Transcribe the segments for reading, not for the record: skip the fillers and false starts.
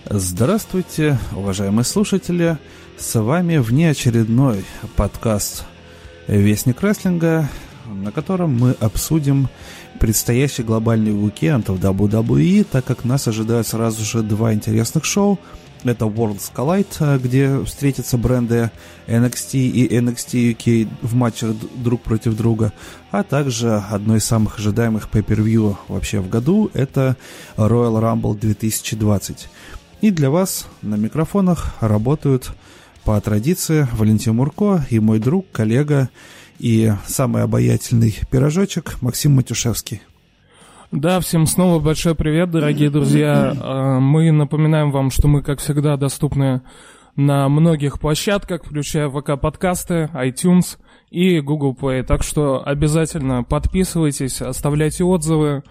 Здравствуйте, уважаемые слушатели! С вами внеочередной подкаст «Вестник рестлинга», на котором мы обсудим предстоящий глобальный уикенд в WWE, так как нас ожидают сразу же два интересных шоу. Это Worlds Collide, где встретятся бренды NXT и NXT UK в матчах друг против друга, а также одно из самых ожидаемых pay-per-view вообще в году – это Royal Rumble 2020. И для вас на микрофонах работают по традиции Валентин Мурко и мой друг, коллега и самый обаятельный пирожочек Максим Матюшевский. Да, всем снова большой привет, дорогие друзья. Мы напоминаем вам, что мы, как всегда, доступны на многих площадках, включая ВК-подкасты, iTunes и Google Play. Так что обязательно подписывайтесь, оставляйте отзывы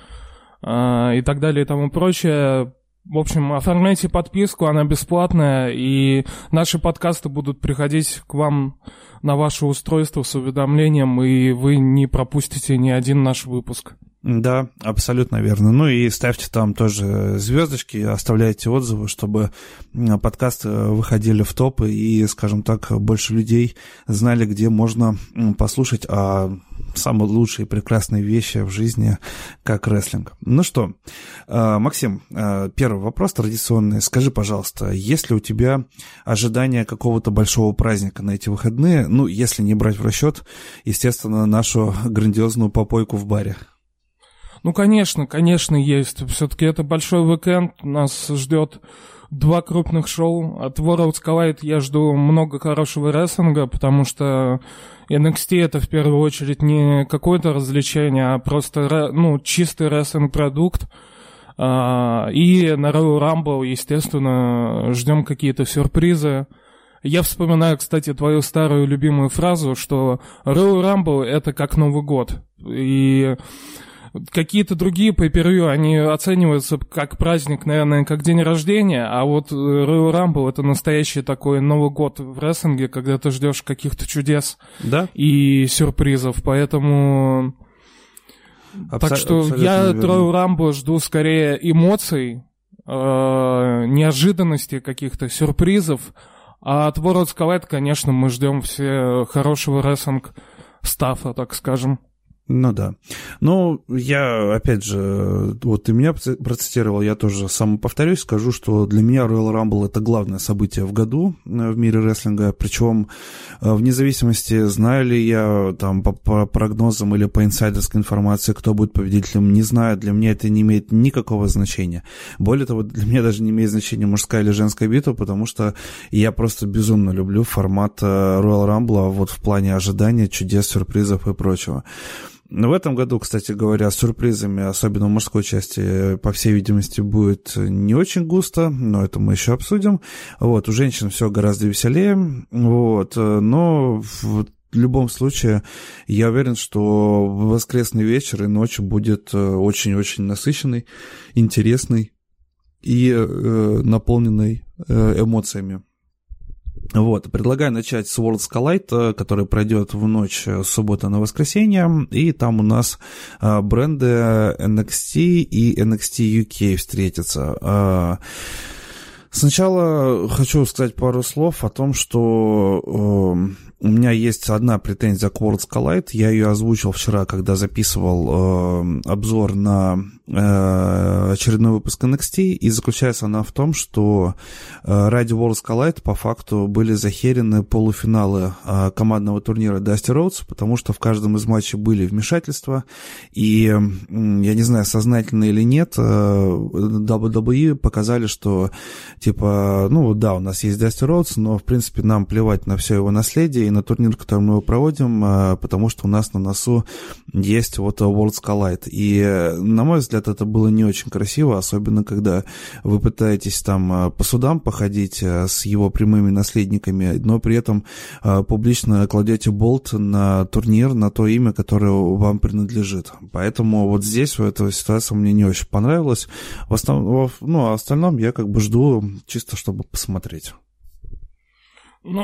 и так далее и тому прочее. В общем, оформляйте подписку, она бесплатная, и наши подкасты будут приходить к вам на ваше устройство с уведомлением, и вы не пропустите ни один наш выпуск. Да, абсолютно верно. Ну и ставьте там тоже звездочки, оставляйте отзывы, чтобы подкасты выходили в топы и, скажем так, больше людей знали, где можно послушать о самые лучшие и прекрасные вещи в жизни, как рестлинг. Ну что, Максим, первый вопрос традиционный. Скажи, пожалуйста, есть ли у тебя ожидание какого-то большого праздника на эти выходные? Ну, если не брать в расчет, естественно, нашу грандиозную попойку в баре. Ну, конечно, есть. Все-таки это большой уикенд, нас ждет два крупных шоу. От Worlds Collide я жду много хорошего рестлинга, потому что NXT это в первую очередь не какое-то развлечение, а просто чистый рестлинг-продукт. И на Royal Rumble, естественно, ждем какие-то сюрпризы. Я вспоминаю, кстати, твою старую любимую фразу, что Royal Rumble это как Новый год. И какие-то другие pay-per-view, они оцениваются как праздник, наверное, как день рождения, а вот Royal Rumble это настоящий такой Новый год в рестлинге, когда ты ждешь каких-то чудес, да? И сюрпризов, поэтому... Так что я Royal Rumble жду скорее эмоций, неожиданностей каких-то, сюрпризов, а от Worlds Collide, конечно, мы ждем все хорошего рестлинг-стаффа, так скажем. Ну да. Ну, я, опять же, вот ты меня процитировал, я тоже сам повторюсь, скажу, что для меня Royal Rumble это главное событие в году в мире рестлинга, причем вне зависимости, знаю ли я там по прогнозам или по инсайдерской информации, кто будет победителем, не знаю, для меня это не имеет никакого значения. Более того, для меня даже не имеет значения мужская или женская битва, потому что я просто безумно люблю формат Royal Rumble вот в плане ожидания, чудес, сюрпризов и прочего. В этом году, кстати говоря, с сюрпризами, особенно в мужской части, по всей видимости, будет не очень густо, но это мы еще обсудим. Вот, у женщин все гораздо веселее, вот, но в любом случае, я уверен, что воскресный вечер и ночь будет очень-очень насыщенный, интересный и наполненный эмоциями. Вот, предлагаю начать с Worlds Collide, который пройдет в ночь с субботы на воскресенье, и там у нас бренды NXT и NXT UK встретятся. Сначала хочу сказать пару слов о том, что у меня есть одна претензия к Worlds Collide. Я ее озвучил вчера, когда записывал обзор на очередной выпуск NXT, и заключается она в том, что ради Worlds Collide по факту были захерены полуфиналы командного турнира Dusty Rhodes, потому что в каждом из матчей были вмешательства, и я не знаю, сознательно или нет, WWE показали, что типа, ну да, у нас есть Dusty Rhodes, но в принципе нам плевать на все его наследие и на турнир, который мы его проводим, потому что у нас на носу есть вот Worlds Collide. И, на мой взгляд, это было не очень красиво, особенно когда вы пытаетесь там по судам походить с его прямыми наследниками, но при этом публично кладете болт на турнир, на то имя, которое вам принадлежит. Поэтому вот здесь эта ситуация мне не очень понравилась. В основном, а остальном я как бы жду чисто, чтобы посмотреть. Ну,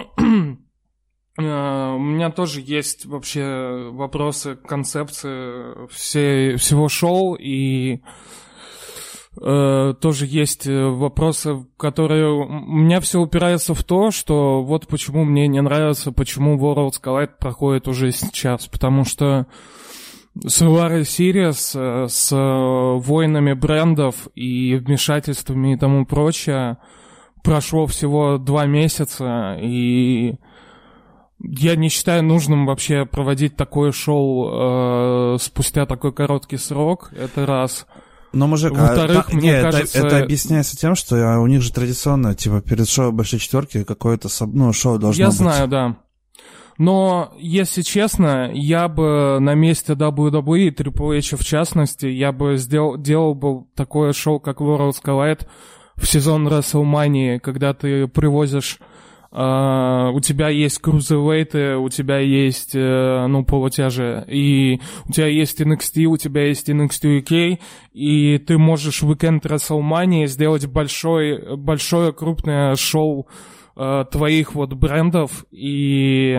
у меня тоже есть вообще вопросы к концепции всего шоу, и тоже есть вопросы, которые... У меня все упирается в то, что вот почему мне не нравится, почему Worlds Collide проходит уже сейчас. Потому что Survivor Series с войнами брендов и вмешательствами и тому прочее прошло всего 2 месяца, и я не считаю нужным вообще проводить такое шоу спустя такой короткий срок. Это раз. Но, мужик, во-вторых, мне кажется... это объясняется тем, что у них же традиционно, типа, перед шоу Большой Четверки какое-то шоу должно быть. Я знаю, да. Но, если честно, я бы на месте WWE и Triple H в частности, я бы делал бы такое шоу, как Worlds Collide в сезон WrestleMania, когда ты привозишь... у тебя есть крузервейты, у тебя есть, полутяжи, и у тебя есть NXT, у тебя есть NXT UK, и ты можешь в уикенд WrestleMania сделать большое крупное шоу твоих вот брендов, и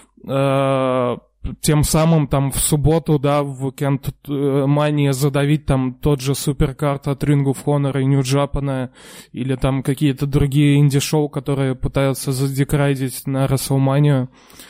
тем самым там в субботу, да, в уикенд Мания задавить там тот же суперкарт от Ring of Honor и New Japan, или там какие-то другие инди-шоу, которые пытаются задекрайдить на WrestleMania.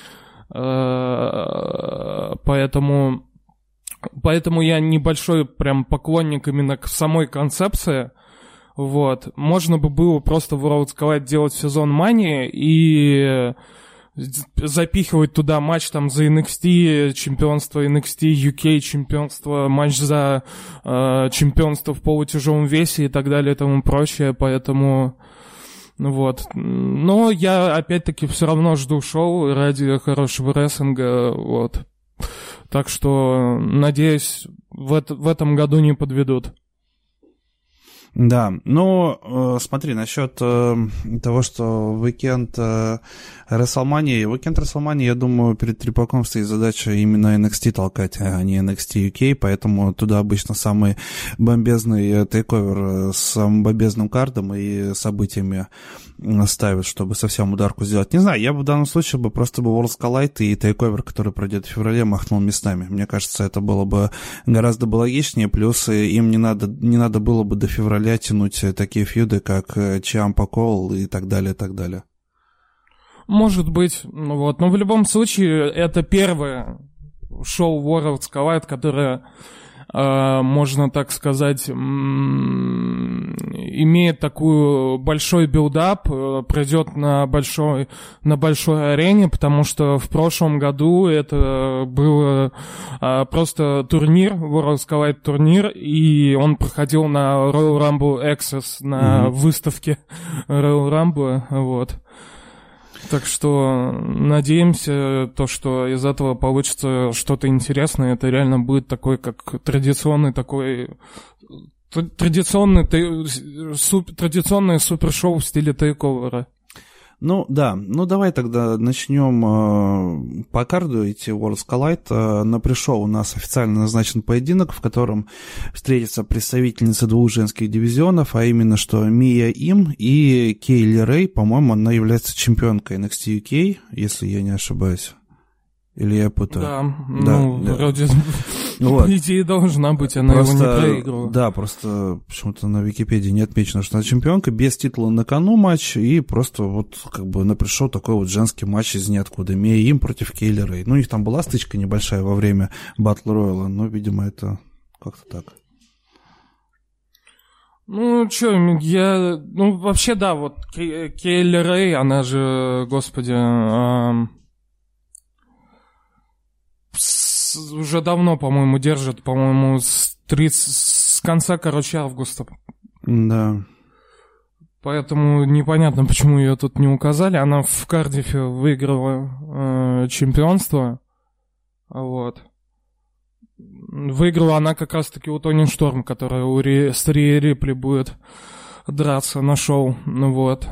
Поэтому я небольшой прям поклонник именно к самой концепции. Вот. Можно бы было просто в Worlds Collide делать сезон Мании и запихивать туда матч там за NXT, чемпионство NXT UK, чемпионство, матч за чемпионство в полутяжелом весе и так далее и тому прочее, поэтому вот. Но я опять-таки все равно жду шоу ради хорошего рестлинга, вот. Так что, надеюсь, в этом году не подведут. Да, смотри, насчет того, что уикенд WrestleMania, я думаю, перед Трипаком стоит задача именно NXT толкать, а не NXT UK, поэтому туда обычно самый бомбезный тейковер с самым бомбезным кардом и событиями ставят, чтобы совсем ударку сделать. Не знаю, я бы в данном случае просто Worlds Collide и тейковер, который пройдет в феврале, махнул местами. Мне кажется, это было бы гораздо логичнее, плюс им не надо было бы до февраля тянуть такие фьюды, как Ciampa Cole и так далее, и так далее. Может быть, вот. Но в любом случае, это первое шоу Worlds Collide, которое, можно так сказать, имеет такой большой билдап, пройдет на большой арене, потому что в прошлом году это был просто турнир, Worlds Collide турнир, и он проходил на Royal Rumble Access, на выставке Royal Rumble, вот. Так что надеемся, что из этого получится что-то интересное. Это реально будет такой, как традиционное супершоу в стиле тейковера. Давай тогда начнем по карду идти Worlds Collide. На пришоу у нас официально назначен поединок, в котором встретятся представительницы 2 женских дивизионов, а именно что Мия Им и Кейли Рэй. По-моему, она является чемпионкой NXT UK, если я не ошибаюсь. Или я путаю? Да. Вроде, по идее, должна быть, она его не проигрывала. Да, просто почему-то на Википедии не отмечено, что она чемпионка, без титула на кону матч, и просто пришел такой женский матч из ниоткуда. Мия Им против Кейли Рэй. У них там была стычка небольшая во время Батл Рояла, но, видимо, это как-то так. Вообще, да, вот Кейли Рэй, она же, господи... уже давно, по-моему, держит, с конца, августа. Да. Поэтому непонятно, почему ее тут не указали. Она в Кардифе выиграла чемпионство. Вот. Выиграла она как раз-таки у Тони Шторм, которая с Рией Рипли будет драться на шоу. Вот.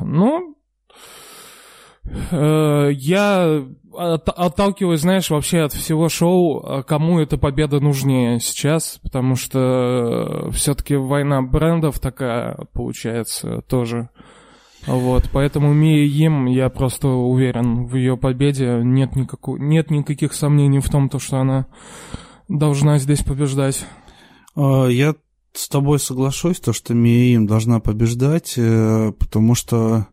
Я отталкиваюсь, знаешь, вообще от всего шоу, кому эта победа нужнее сейчас, потому что все-таки война брендов такая получается тоже. Вот, поэтому Мия Им, я просто уверен в ее победе, нет никаких сомнений в том, что она должна здесь побеждать. Я с тобой соглашусь, то, что Мия Йим должна побеждать, потому что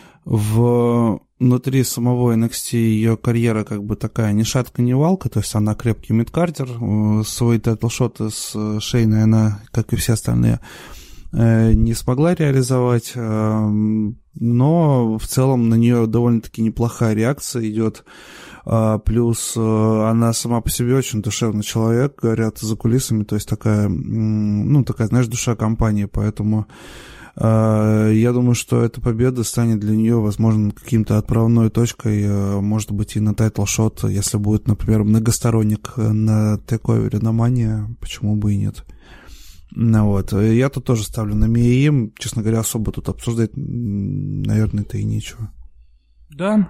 внутри самого NXT ее карьера как бы такая ни шатка, ни валка, то есть она крепкий мидкардер, свой тайтлшот с Шейной она, как и все остальные, не смогла реализовать, но в целом на нее довольно-таки неплохая реакция идет, плюс она сама по себе очень душевный человек, говорят, за кулисами, то есть такая, такая, знаешь, душа компании, поэтому я думаю, что эта победа станет для нее, возможно, каким-то отправной точкой, может быть, и на тайтл-шот, если будет, например, многосторонник на тейковере на Мания, почему бы и нет. Вот. Я тут тоже ставлю на Мия Йим, честно говоря, особо тут обсуждать, наверное-то и нечего. Да.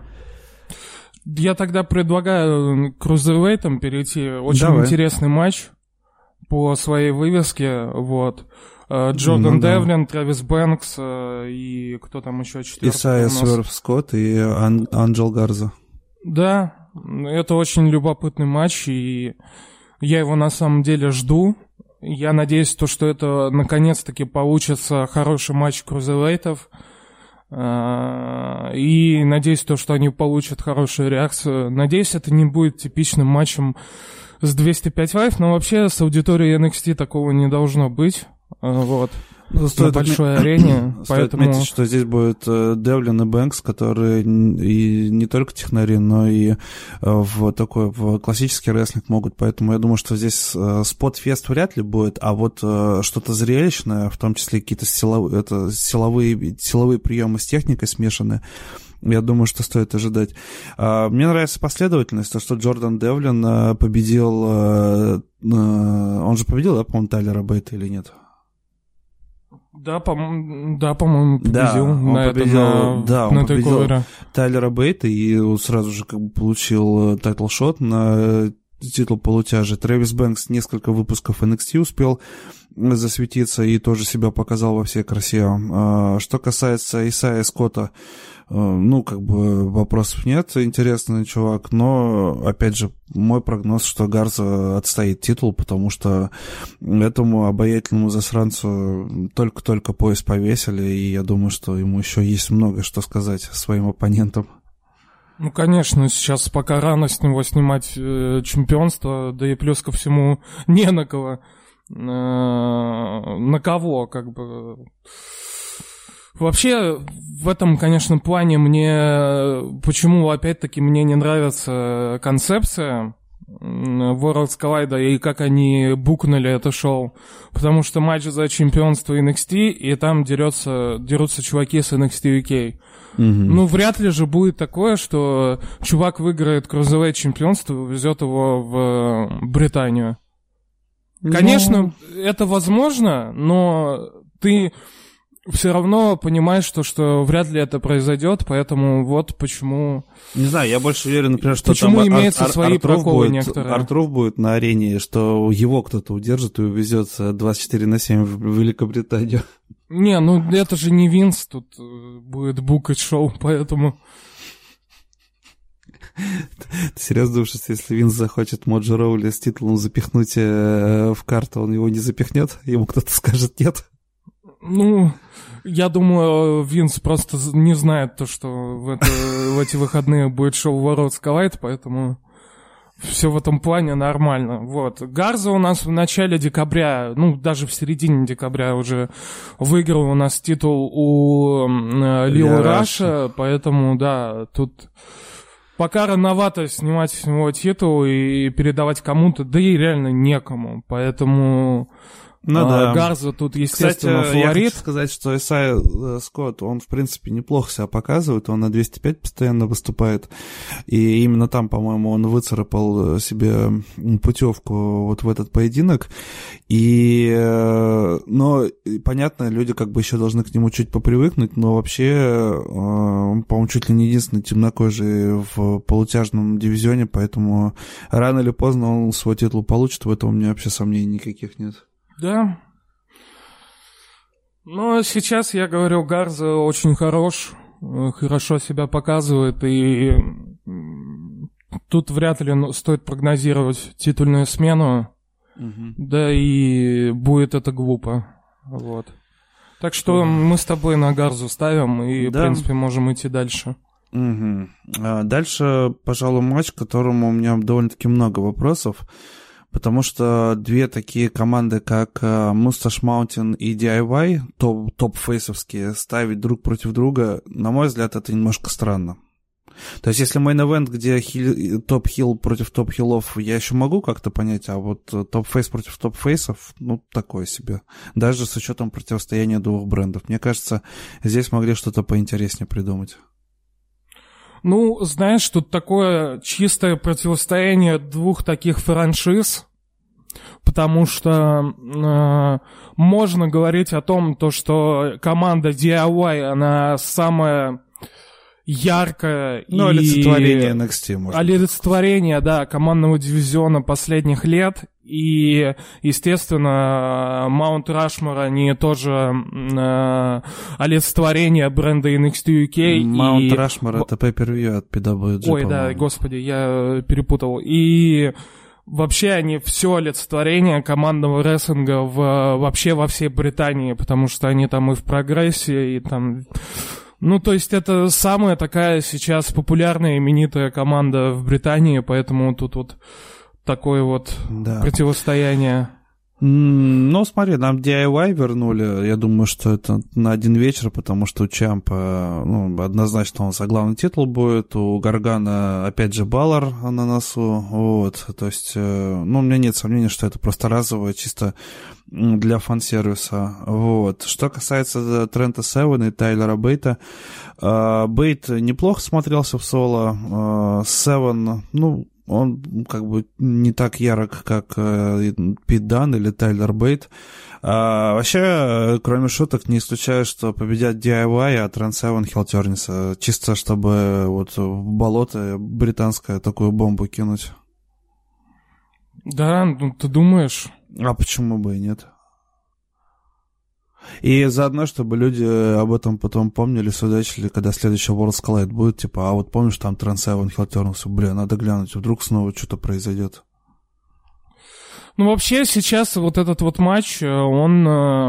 Я тогда предлагаю к крузервейтам перейти. Очень интересный матч по своей вывеске, вот. Джордан Девлин, Трэвис Бэнкс и кто там еще четвертый? Исайя Сверф Скотт и Анджел Гарза. Да, это очень любопытный матч, и я его на самом деле жду. Я надеюсь, что это наконец-таки получится хороший матч крузервейтов. И надеюсь, что они получат хорошую реакцию. Надеюсь, это не будет типичным матчем с 205 Live, но вообще с аудиторией NXT такого не должно быть. Вот. На большой арене. Стоит отметить, что здесь будет Девлин и Бэнкс, которые и не только технари, но и в классический рестлинг могут. Поэтому я думаю, что здесь спот-фест вряд ли будет, а вот что-то зрелищное, в том числе какие-то силовые приемы с техникой смешанные, я думаю, что стоит ожидать. Мне нравится последовательность, то, что Джордан Девлин победил... Он же победил, по-моему, Тайлера Бейта или нет? Да, по-моему, победил. Да, он победил Тайлера Бейта и сразу же как бы получил тайтл-шот на титул полутяжи. Трэвис Бэнкс несколько выпусков NXT успел засветиться и тоже себя показал во всей красе. Что касается Исайя Скотта, вопросов нет, интересный чувак, но, опять же, мой прогноз, что Гарза отстоит титул, потому что этому обаятельному засранцу только-только пояс повесили, и я думаю, что ему еще есть много что сказать своим оппонентам. Конечно, сейчас пока рано с него снимать чемпионство, да и плюс ко всему не на кого. На кого, как бы... Вообще, в этом, конечно, плане почему, опять-таки, мне не нравится концепция Worlds Collide и как они букнули это шоу. Потому что матч за чемпионство NXT, и там дерутся чуваки с NXT UK. Вряд ли же будет такое, что чувак выиграет крузовое чемпионство и увезет его в Британию. Конечно, это возможно, но ты... все равно понимаешь, что вряд ли это произойдет, поэтому вот почему... Не знаю, я больше уверен, например, что почему там имеются свои проколы некоторые. Артруф будет на арене, что его кто-то удержит и увезет 24/7 в Великобританию. Не, это же не Винс, тут будет букать шоу, поэтому... Ты серьезно думаешь, что если Винс захочет Моджо Роули с титулом запихнуть в карту, он его не запихнет? Ему кто-то скажет нет? Я думаю, Винс просто не знает то, что в эти выходные будет шоу Worlds Collide, поэтому все в этом плане нормально. Вот. Гарза у нас в начале декабря, даже в середине декабря уже выиграл у нас титул у Лио Раша, поэтому, да, тут пока рановато снимать с него титул и передавать кому-то, да и реально некому, поэтому... Гарза тут, естественно, кстати, фаворит. Я хочу сказать, что Исайя Скотт, он, в принципе, неплохо себя показывает, он на 205 постоянно выступает, и именно там, по-моему, он выцарапал себе путевку вот в этот поединок, но, понятно, люди как бы еще должны к нему чуть попривыкнуть, но вообще, он, по-моему, чуть ли не единственный темнокожий в полутяжном дивизионе, поэтому рано или поздно он свой титул получит, в этом у меня вообще сомнений никаких нет. Да. Но сейчас, я говорю, Гарза очень хорошо себя показывает, и тут вряд ли стоит прогнозировать титульную смену. Да и будет это глупо. Вот. Так что мы с тобой на Гарзу ставим и, в принципе, можем идти дальше. Дальше, пожалуй, матч, к которому у меня довольно-таки много вопросов, потому что две такие команды, как Mustache Mountain и DIY, топ-фейсовские, ставить друг против друга, на мой взгляд, это немножко странно. То есть, если мейн-эвент, где топ-хилл против топ-хиллов, я еще могу как-то понять, а вот топ-фейс против топ-фейсов, ну, такое себе. Даже с учетом противостояния двух брендов. Мне кажется, здесь могли что-то поинтереснее придумать. Ну, знаешь, тут такое чистое противостояние двух таких франшиз, потому что можно говорить о том, что команда DIY, она самая яркое ну, олицетворение NXT, может быть. Олицетворение, да, командного дивизиона последних лет. И, естественно, Маунт Рашмор, они тоже олицетворение бренда NXT UK. Маунт Рашмор — это pay-per-view от PWG. Ой, по-моему. Да, господи, я перепутал. И вообще они все олицетворение командного рестлинга вообще во всей Британии, потому что они там и в прогрессе, и там... Ну, то есть это самая такая сейчас популярная, именитая команда в Британии, поэтому тут вот такое вот противостояние. Ну, смотри, нам DIY вернули, я думаю, что это на один вечер, потому что у Чампа, ну, однозначно он за главный титул будет, у Гаргана, опять же, Баллар на носу, вот, то есть, ну, у меня нет сомнений, что это просто разовое, чисто для фан-сервиса, вот. Что касается Трента Севена и Тайлера Бейта, Бейт неплохо смотрелся в соло, Севен, ну, он как бы не так ярок, как Пит Дан или Тайлер Бейт. Вообще, кроме шуток, не исключаю, что победят DIY, а Трент Севен хилтернется, чисто чтобы вот в болото британское такую бомбу кинуть. Да, ну ты думаешь? А почему бы и нет? И заодно, чтобы люди об этом потом помнили, судачили, когда следующий World Collide будет, типа, а вот помнишь, там Трент Севен хилтернулся, бля, надо глянуть, вдруг снова что-то произойдет. Ну, вообще, сейчас вот этот вот матч, он...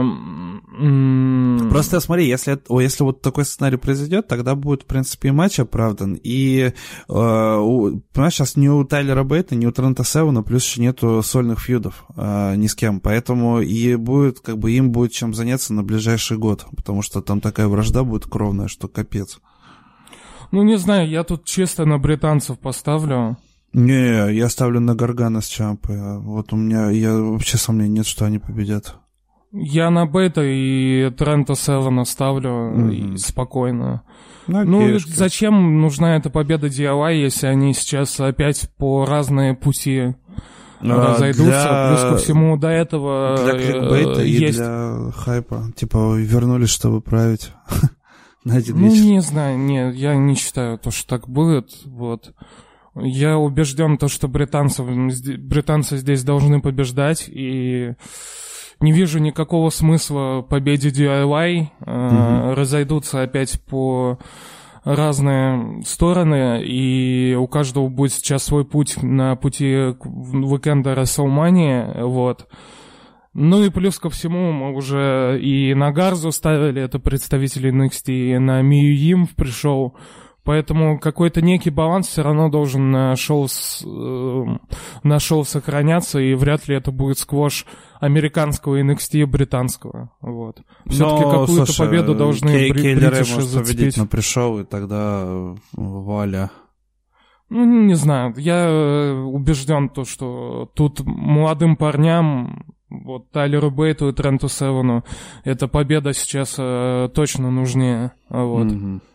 Просто смотри, если вот такой сценарий произойдет, тогда будет, в принципе, и матч оправдан. И, понимаешь, сейчас ни у Тайлера Бейта, ни у Трента Севена, плюс еще нету сольных фьюдов ни с кем. Поэтому и будет, как бы, им будет чем заняться на ближайший год. Потому что там такая вражда будет кровная, что капец. Ну, не знаю, я тут чисто на британцев поставлю. Не, я ставлю на Гаргана с Чампой. Вот у меня вообще сомнений нет, что они победят. Я на Бейта и Трента Севена ставлю и спокойно. Ну, зачем нужна эта победа DIY, если они сейчас опять по разные пути разойдутся? Плюс ко всему до этого для кликбейта и для хайпа. Типа вернулись, чтобы править на один вечер. Ну, не знаю, нет, я не считаю, что так будет, вот. Я убежден, что британцы здесь должны побеждать, и не вижу никакого смысла победе DIY. Разойдутся опять по разные стороны, и у каждого будет сейчас свой путь на пути уикенда WrestleMania, вот. Ну и плюс ко всему мы уже и на Гарзу ставили, это представители NXT, и на Мию Им пришел. Поэтому какой-то некий баланс все равно должен на шоу сохраняться, и вряд ли это будет сквош американского NXT и британского. Вот. Все-таки какую-то победу должны бритиши зацепить. На пришел, и тогда Валя. Ну, не знаю. Я убежден, что тут молодым парням, вот Тайлеру Бейту и Тренту Севену, эта победа сейчас точно нужнее. Вот.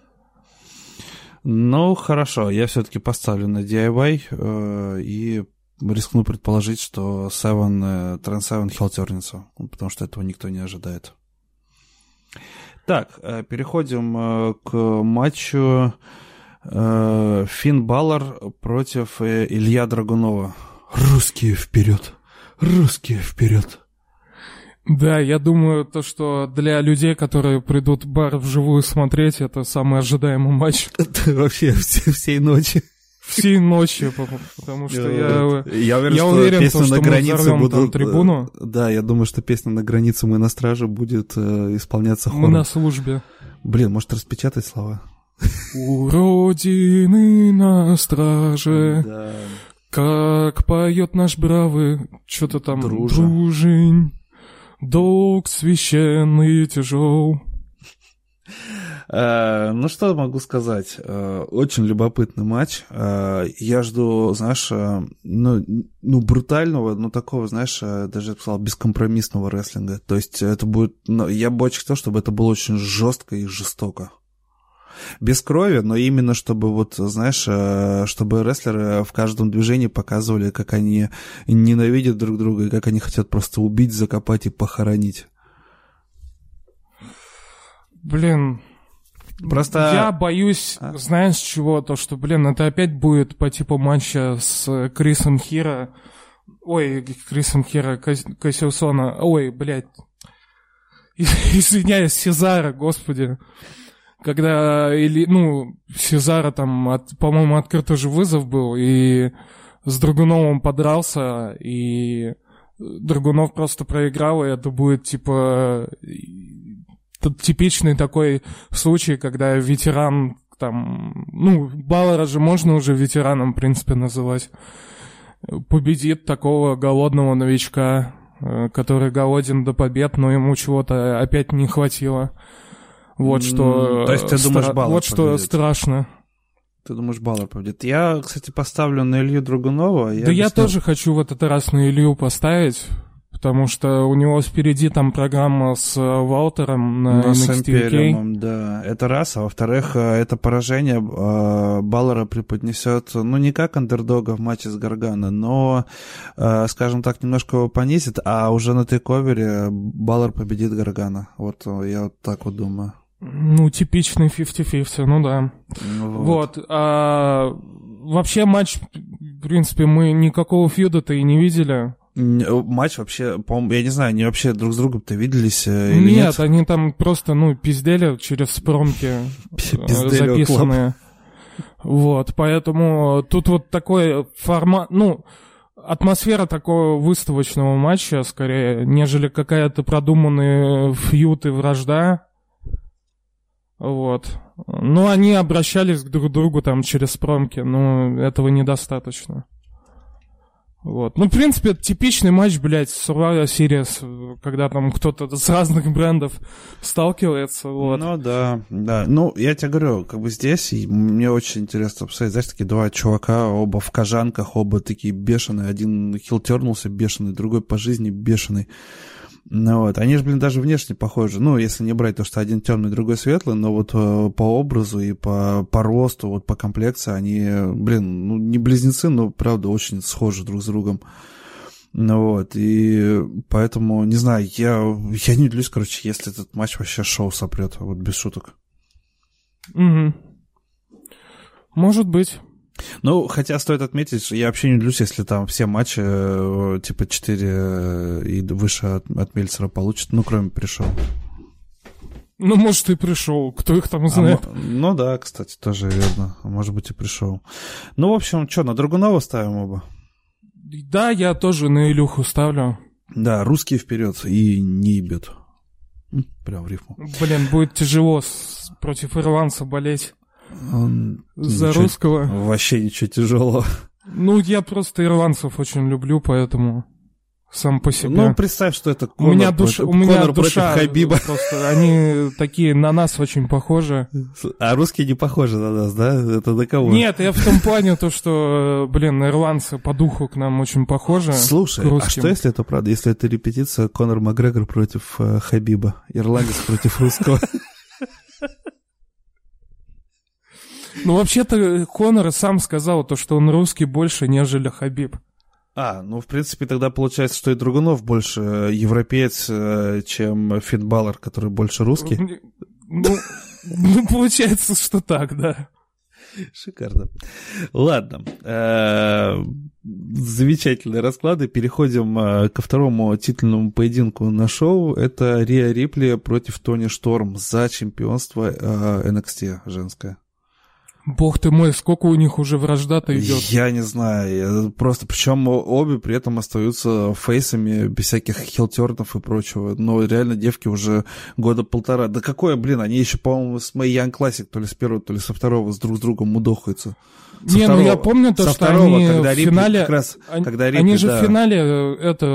Ну, хорошо, я все-таки поставлю на DIY и рискну предположить, что Трент Севен хилтернется, потому что этого никто не ожидает. Так, переходим к матчу Финн Баллар против Илья Драгунова. Русские вперед! Русские вперед! Да, я думаю, что для людей, которые придут в бар вживую смотреть, это самый ожидаемый матч. Это вообще всей ночи. всей ночи, потому что я уверен, что на мы границе взорвем будут там трибуну. Да, я думаю, что песня «На границе мы на страже» будет исполняться хором. Мы на службе. Блин, может распечатать слова? У Родины на страже, Да. как поет наш бравый, что-то там, Друже. дружень, долг священный тяжел. Ну, что могу сказать? Очень любопытный матч. Я жду, знаешь, брутального, такого, знаешь, даже я бы сказал, бескомпромиссного рестлинга. То есть это будет... я бы очень хотел, чтобы это было очень жестко и жестоко. Без крови, но именно чтобы, вот, знаешь, чтобы рестлеры в каждом движении показывали, как они ненавидят друг друга и как они хотят просто убить, закопать и похоронить. Блин... Просто... Я боюсь, знаешь чего, то что, это опять будет по типу матча с Крисом Хиро. Ой, Крисом Хиро, Кассиусона. Ой, блядь. Извиняюсь, Сезара, господи. Когда, Сезара там, по-моему, открытый же вызов был, и с Драгуновым подрался, и Драгунов просто проиграл, и это будет, типа... типичный такой случай, когда ветеран там, Баллера же можно уже ветераном, в принципе, называть, победит такого голодного новичка, который голоден до побед, но ему чего-то опять не хватило. Вот что... То есть ты думаешь, Баллер Вот что победит? Страшно. Ты думаешь, Баллер победит? Я, кстати, поставлю на Илью Драгунова. Я тоже хочу в этот раз на Илью поставить, потому что у него впереди там программа с Валтером на NXT UK. Да, это раз. А во-вторых, это поражение Баллера преподнесет, не как андердога в матче с Гаргано, но, скажем так, немножко его понизит, а уже на тейковере Баллер победит Гаргано. Вот я вот так вот думаю. Типичный 50-50, да. Вот. Вообще матч, в принципе, мы никакого фьюда-то и не видели. Матч вообще, по-моему, я не знаю, они вообще друг с другом-то виделись или нет? Нет, они там просто, пиздели через промки записанные. Вот, поэтому тут вот такой формат, атмосфера такого выставочного матча, скорее, нежели какая-то продуманная фьюд и вражда. Вот. Они обращались друг к другу там через промки, но этого недостаточно. Вот. В принципе, это типичный матч, блядь, Survivor Series, когда там кто-то с разных брендов сталкивается, вот. Да. Я тебе говорю, здесь мне очень интересно посмотреть, знаешь, такие два чувака, оба в кожанках, оба такие бешеные, один хилтернулся бешеный, другой по жизни бешеный. Они же, даже внешне похожи. Если не брать то, что один темный, другой светлый, но вот по образу и по росту, вот по комплекции, они, не близнецы, но, правда, очень схожи друг с другом. И поэтому, не знаю, я не удивлюсь, если этот матч вообще шоу сопрет, вот без шуток. Угу. Может быть. Хотя стоит отметить, что я вообще не удивлюсь, если там все матчи типа 4 и выше от Мельцера получат, кроме пришел. Может, и пришел, кто их там знает. Да, кстати, тоже верно. Может быть, и пришел. В общем, что, на Драгунова ставим оба? Да, я тоже на Илюху ставлю. Да, русский вперед и не ебет. Прям в рифму. Будет тяжело против ирландца болеть. За русского. Вообще ничего тяжелого. Я просто ирландцев очень люблю, поэтому сам по себе. Представь, что это Конор, у меня душа против Хабиба. Просто они такие на нас очень похожи. А русские не похожи на нас, да? Это на кого? Нет, я в том плане, что, ирландцы по духу к нам очень похожи. Слушай, а что если это правда? Если это репетиция Конор Макгрегор против Хабиба, ирландец против русского? Вообще-то Конор сам сказал то, что он русский больше, нежели Хабиб. В принципе, тогда получается, что и Драгунов больше европеец, чем Финн Баллер, который больше русский. Получается, что так, да. Шикарно. Ладно. Замечательные расклады. Переходим ко второму титульному поединку на шоу. Это Риа Рипли против Тони Шторм за чемпионство NXT женское. Бог ты мой, сколько у них уже вражда-то идет. Я не знаю, просто, причем обе при этом остаются фейсами без всяких хилтернов и прочего, но реально девки уже года полтора. Да какое, блин, они еще, по-моему, с Mae Young Classic, то ли с первого, то ли со второго, друг с другом мудохаются. Ну я помню то, что второго, они когда в финале... как раз, когда они же в финале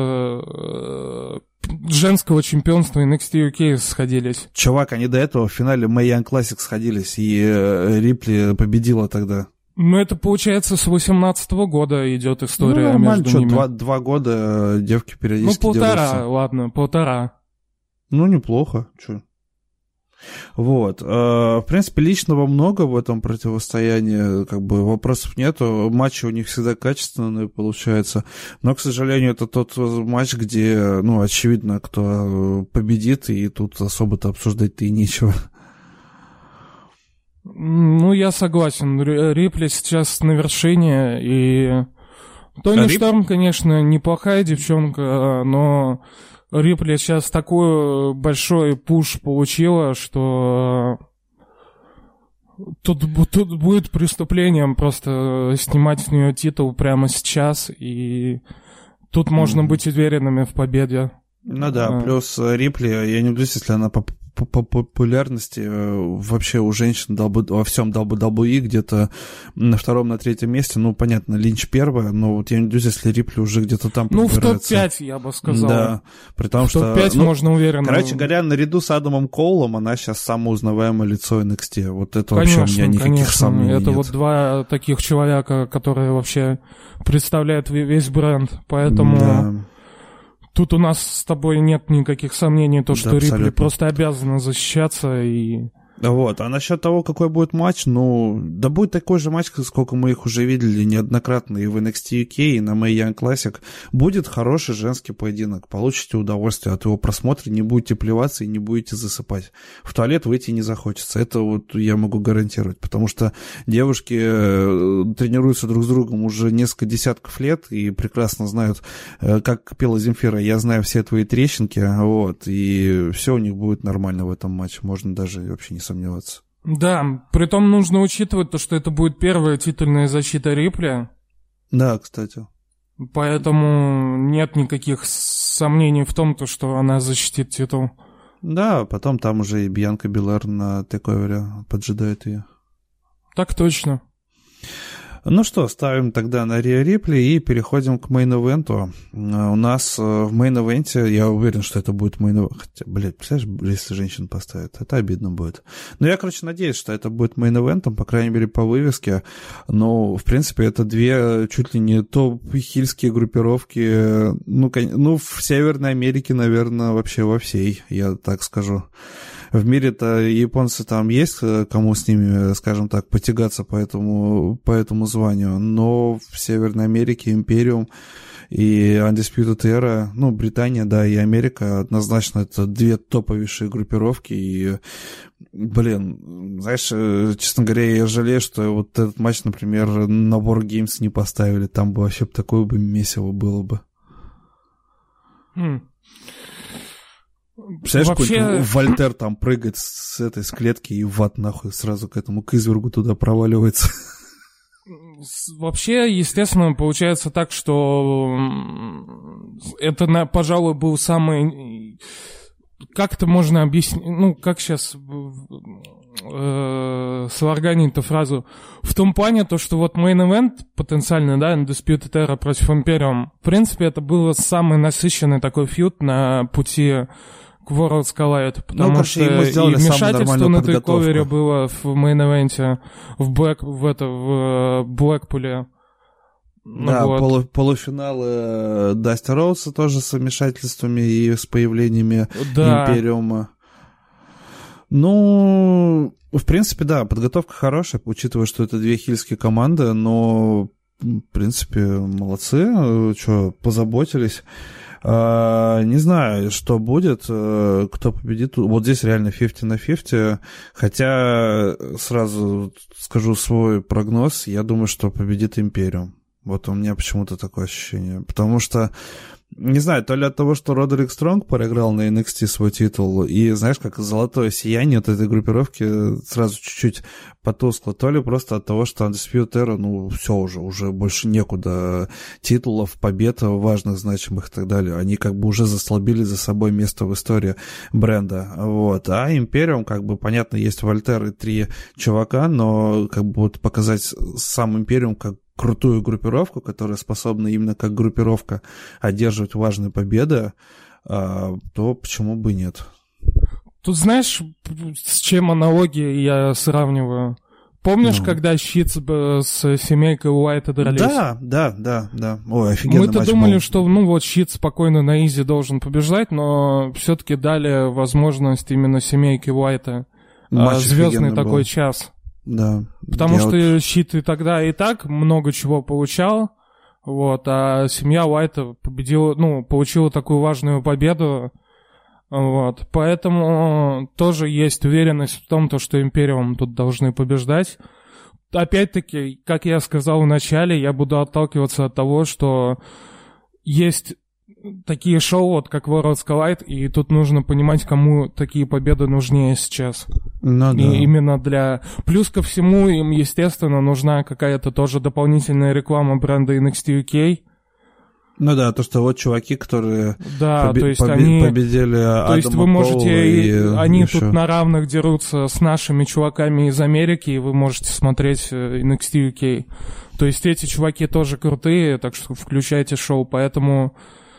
женского чемпионства NXT UK сходились. Чувак, они до этого в финале Mae Young Classic сходились, и Рипли победила тогда. Ну, это, получается, с 18-го года идет история нормально, между ними. Два года девки периодически полтора, ладно, полтора. Ну, неплохо, чё. Вот. В принципе, личного много в этом противостоянии, как бы вопросов нету. Матчи у них всегда качественные получаются. Но, к сожалению, это тот матч, где, ну, очевидно, кто победит, и тут особо-то обсуждать-то и нечего. Ну, я согласен. Рипли сейчас на вершине, и Тони Шторм, конечно, неплохая девчонка, но Рипли сейчас такой большой пуш получила, что тут будет преступлением просто снимать с нее титул прямо сейчас, и тут можно быть уверенными в победе. Ну да, плюс Рипли, я не удивлюсь, если она по популярности вообще у женщин во всем WWE где-то на втором, на третьем месте. Ну, понятно, Линч первая, но вот я не удивлюсь, если Рипли уже где-то там подбирается. Ну, в топ-5, я бы сказал. Да, при том, что... В топ-5 можно уверенно... Короче говоря, наряду с Адамом Коулом она сейчас самое узнаваемое лицо NXT. Вот это вообще у меня никаких сомнений это нет. Вот два таких человека, которые вообще представляют весь бренд, поэтому... Да. Тут у нас с тобой нет никаких сомнений, то, что абсолютно. Рипли просто обязана защищаться и... Вот, а насчет того, какой будет матч, ну, да будет такой же матч, сколько мы их уже видели неоднократно и в NXT UK, и на Mae Young Classic. Будет хороший женский поединок, получите удовольствие от его просмотра, не будете плеваться и не будете засыпать. В туалет выйти не захочется, это вот я могу гарантировать, потому что девушки тренируются друг с другом уже несколько десятков лет и прекрасно знают, как пела Земфира, я знаю все твои трещинки, вот, и все у них будет нормально в этом матче, можно даже вообще не сомневаться. Да, притом нужно учитывать то, что это будет первая титульная защита Рипли. Да, кстати. Поэтому нет никаких сомнений в том, то, что она защитит титул. Да, потом там уже и Бьянка Белэр на тейковере поджидает ее. Так точно. Ну что, ставим тогда на Риа Рипли и переходим к мейн-эвенту. У нас в мейн-эвенте, я уверен, что это будет мейн-эвент. Хотя, блядь, представляешь, если женщин поставят, это обидно будет. Но я, короче, надеюсь, что это будет мейн-эвентом, по крайней мере, по вывеске. Но, в принципе, это две чуть ли не топ-хильские группировки. Ну, в Северной Америке, наверное, вообще во всей, я так скажу. В мире-то японцы там есть, кому с ними, скажем так, потягаться по этому званию, но в Северной Америке Империум и Undisputed Era, ну, Британия, да, и Америка, однозначно это две топовейшие группировки, и, блин, знаешь, честно говоря, я жалею, что вот этот матч, например, на War Games не поставили, там бы вообще такое бы месиво было бы. Представляешь, вообще... Вольтер там прыгает с клетки и в ад нахуй сразу к извергу туда проваливается. Вообще, естественно, получается так, что это, пожалуй, был самый... Как это можно объяснить? Ну, как сейчас сварганить-то фразу? В том плане, то, что вот Main Event потенциально, да, Undisputed Era против Imperium, в принципе, это был самый насыщенный такой фьюд на пути к Worlds Collide, потому что и вмешательство на тейковере было в мейн-эвенте в Блэкпуле. Да, вот. Полуфиналы Дасти Роудса тоже с вмешательствами и с появлениями Империума. Ну, в принципе, да, подготовка хорошая, учитывая, что это две хильские команды, но, в принципе, молодцы, что, позаботились. Не знаю, что будет, кто победит. Вот здесь реально 50 на 50. Хотя, сразу скажу свой прогноз, я думаю, что победит Империум. Вот у меня почему-то такое ощущение. Потому что, не знаю, то ли от того, что Родерик Стронг проиграл на NXT свой титул, и, знаешь, как золотое сияние от этой группировки сразу чуть-чуть потускло, то ли просто от того, что Undisputed Era, ну, все уже больше некуда титулов, побед важных, значимых и так далее. Они как бы уже заслабили за собой место в истории бренда. Вот. А Imperium, как бы, понятно, есть Вольтер и 3 чувака, но как бы вот показать сам Imperium как крутую группировку, которая способна именно как группировка одерживать важные победы, то почему бы и нет? Тут знаешь, с чем аналогии я сравниваю? Помнишь, когда Щит с семейкой Уайта дрались? Да. Ой, офигенно. Мы-то думали, что, ну вот, Щит спокойно на изи должен побеждать, но все-таки дали возможность именно семейке Уайта. Звездный такой был. Час. Да. Потому что Щит и тогда и так много чего получал, вот, а семья Уайта победила, ну, получила такую важную победу, вот, поэтому тоже есть уверенность в том, что Империум тут должны побеждать. Опять-таки, как я сказал в начале, я буду отталкиваться от того, что есть такие шоу, вот как Worlds Collide, и тут нужно понимать, кому такие победы нужнее сейчас. Ну, да. И именно для... Плюс ко всему, им, естественно, нужна какая-то тоже дополнительная реклама бренда NXT UK. Ну да, то, что вот чуваки, которые то есть они... победили Адама Коула. То есть вы можете... Они еще тут на равных дерутся с нашими чуваками из Америки, и вы можете смотреть NXT UK. То есть эти чуваки тоже крутые, так что включайте шоу, поэтому...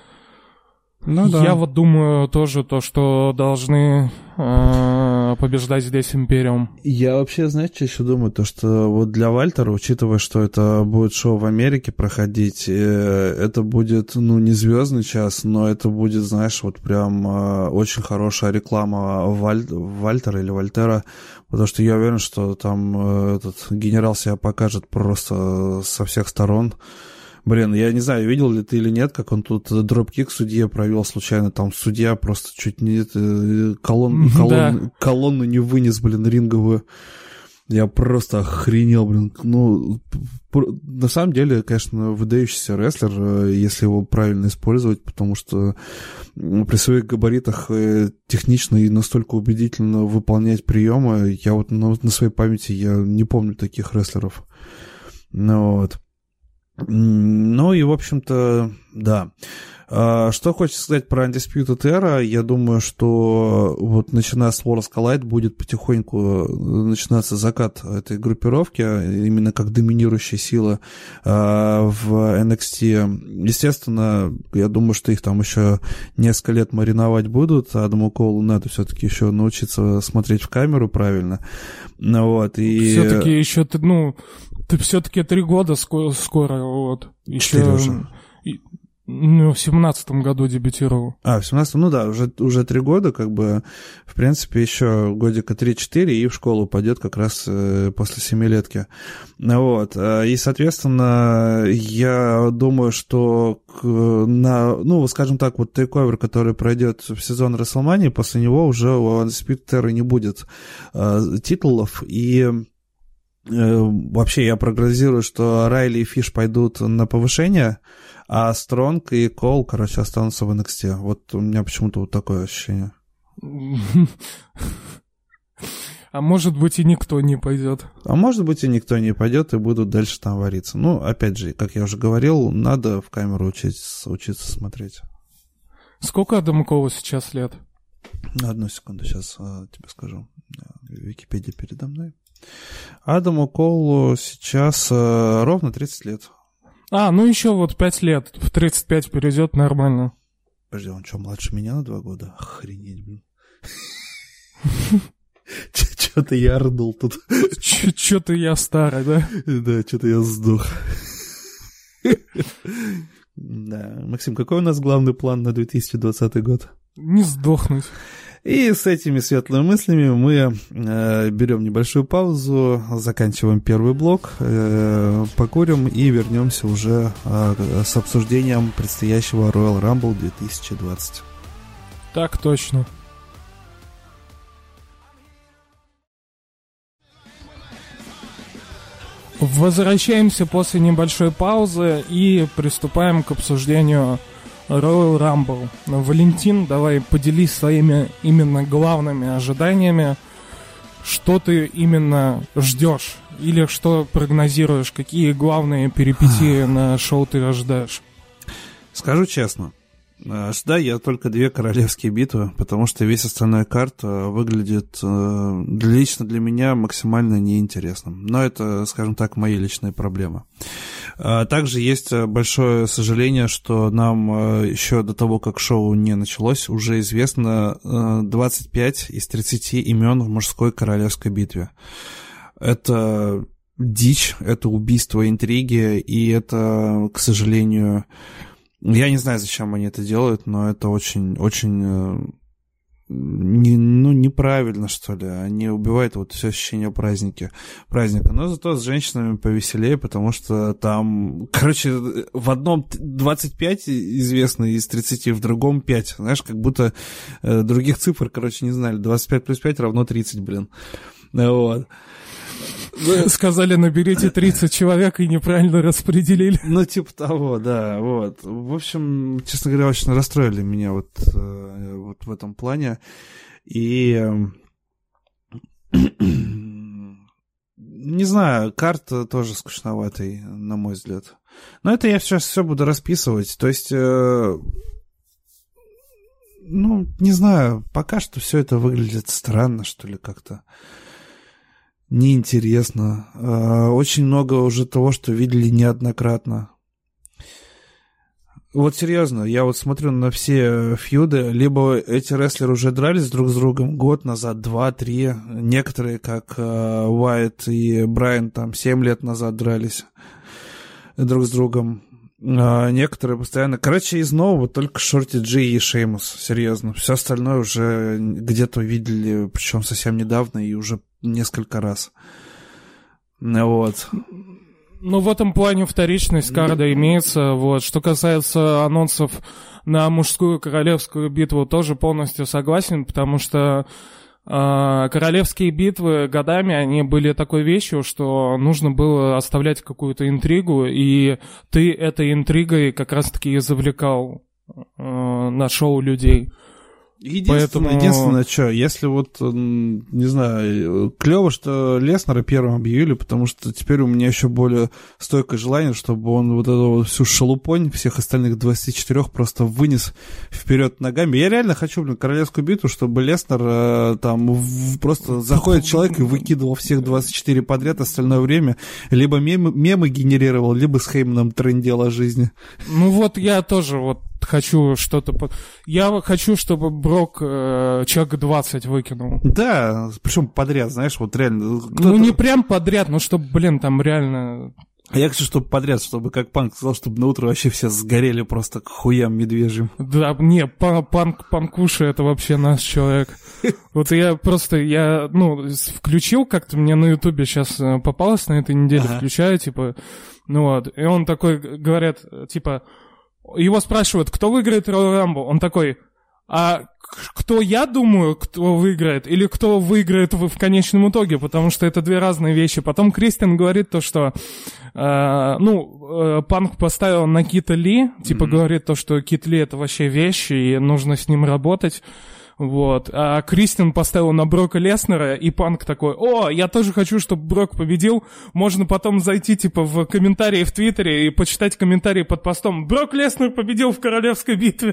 Ну, да. Я вот думаю тоже то, что должны побеждать здесь Империум. Я вообще, знаете, что еще думаю? То, что вот для Вальтера, учитывая, что это будет шоу в Америке проходить, это будет, ну, не звездный час, но это будет, знаешь, вот прям очень хорошая реклама Вальтера или Вольтера, потому что я уверен, что там этот генерал себя покажет просто со всех сторон. Блин, я не знаю, видел ли ты или нет, как он тут дропкик судье провел случайно. Там судья просто чуть не колонну не вынес, блин, ринговую. Я просто охренел, блин. Ну, на самом деле, конечно, выдающийся рестлер, если его правильно использовать, потому что при своих габаритах технично и настолько убедительно выполнять приемы. Я вот на своей памяти я не помню таких рестлеров. Ну вот. Ну и, в общем-то, да. Что хочется сказать про Undisputed Era, я думаю, что вот начиная с Worlds Collide будет потихоньку начинаться закат этой группировки, именно как доминирующая сила в NXT. Естественно, я думаю, что их там еще несколько лет мариновать будут, Адаму Коулу надо все-таки еще научиться смотреть в камеру правильно. Вот, и... Все-таки еще ты все-таки 3 года скоро, вот. Еще... 4 уже. Ну, в 17-м году дебютировал. В 17-м, ну да, уже 3 года, как бы, в принципе, еще годика 3-4 и в школу пойдет как раз после 7-летки. Вот, и, соответственно, я думаю, что скажем так, вот тейковер, который пройдет в сезон WrestleMania, после него уже у Undisputed Era не будет титулов, и... Вообще я прогнозирую, что Райли и Фиш пойдут на повышение, а Стронг и Кол, останутся в NXT. Вот у меня почему-то вот такое ощущение. А может быть и никто не пойдет. А может быть и никто не пойдет и будут дальше там вариться. Ну, опять же, как я уже говорил, надо в камеру учиться смотреть. Сколько Адаму Колу сейчас лет? Одну секунду, сейчас тебе скажу. Википедия передо мной. Адаму Коулу сейчас ровно 30 лет. Ну еще вот 5 лет. В 35 перейдет нормально. Подожди, он что, младше меня на 2 года? Охренеть, блин. Что-то я рдул тут. Что-то я старый, да? Да, что-то я сдох. Да. Максим, какой у нас главный план на 2020 год? Не сдохнуть. И с этими светлыми мыслями мы берем небольшую паузу, заканчиваем первый блок, покурим и вернемся уже с обсуждением предстоящего Royal Rumble 2020. Так точно. Возвращаемся после небольшой паузы и приступаем к обсуждению Royal Rumble. Валентин, давай поделись своими именно главными ожиданиями. Что ты именно ждешь? Или что прогнозируешь? Какие главные перипетии на шоу ты ожидаешь? Скажу честно, ожидаю я только 2 королевские битвы, потому что весь остальной карт выглядит лично для меня максимально неинтересным. Но это, скажем так, мои личные проблемы. Также есть большое сожаление, что нам еще до того, как шоу не началось, уже известно 25 из 30 имен в мужской королевской битве. Это дичь, это убийство интриги, и это, к сожалению... Я не знаю, зачем они это делают, но это очень неправильно, что ли. Они убивают вот все ощущение праздника. Но зато с женщинами повеселее, потому что там, короче, в одном 25 известно из 30, в другом 5. Знаешь, как будто других цифр, короче, не знали. 25 плюс 5 равно 30, блин. Вот. Сказали, наберите 30 человек и неправильно распределили. Ну, типа того, да, вот. В общем, честно говоря, очень расстроили меня вот в этом плане. И не знаю, карта тоже скучноватый, на мой взгляд. Но это я сейчас все буду расписывать. То есть, не знаю, пока что все это выглядит странно, что ли, как-то. Неинтересно. Очень много уже того, что видели неоднократно. Вот серьезно, я вот смотрю на все фьюды, либо эти рестлеры уже дрались друг с другом год назад, 2-3, некоторые, как Уайт и Брайан, там 7 лет назад дрались друг с другом. Некоторые постоянно... Короче, из нового только Шорти Джи и Шеймус, серьезно. Все остальное уже где-то видели, причем совсем недавно и уже несколько раз. Вот. Ну, в этом плане вторичность карда имеется. Вот. Что касается анонсов на мужскую королевскую битву, тоже полностью согласен, потому что королевские битвы годами, они были такой вещью, что нужно было оставлять какую-то интригу, и ты этой интригой как раз-таки и завлекал на шоу людей. Единственное, что, если вот, не знаю, клево, что Леснера первым объявили, потому что теперь у меня еще более стойкое желание, чтобы он вот эту вот всю шелупонь всех остальных 24 просто вынес вперед ногами. Я реально хочу, королевскую битву, чтобы Леснер просто заходит человек и выкидывал всех 24 подряд остальное время, либо мемы генерировал, либо с Хейманом трындел о жизни. Ну вот я тоже вот хочу что-то... Я хочу, чтобы Брок человек 20 выкинул. Да, причем подряд, знаешь, вот реально... Ну, не прям подряд, но чтобы, там реально... А я хочу, чтобы подряд, чтобы, как Панк сказал, чтобы на утро вообще все сгорели просто к хуям медвежьим. Да, не, Панкуша — это вообще наш человек. Вот я включил как-то, мне на Ютубе сейчас попалось на этой неделе, включаю, типа, и он такой, говорят, типа... Его спрашивают, кто выиграет Royal Rumble? Он такой, а кто я думаю, кто выиграет, или кто выиграет в конечном итоге, потому что это 2 разные вещи. Потом Кристиан говорит то, что, Панк поставил на Кита Ли, говорит то, что Кит Ли — это вообще вещь, и нужно с ним работать. Вот. А Кристиан поставил на Брока Леснера, и Панк такой, я тоже хочу, чтобы Брок победил. Можно потом зайти, в комментарии в Твиттере и почитать комментарии под постом. Брок Леснер победил в королевской битве.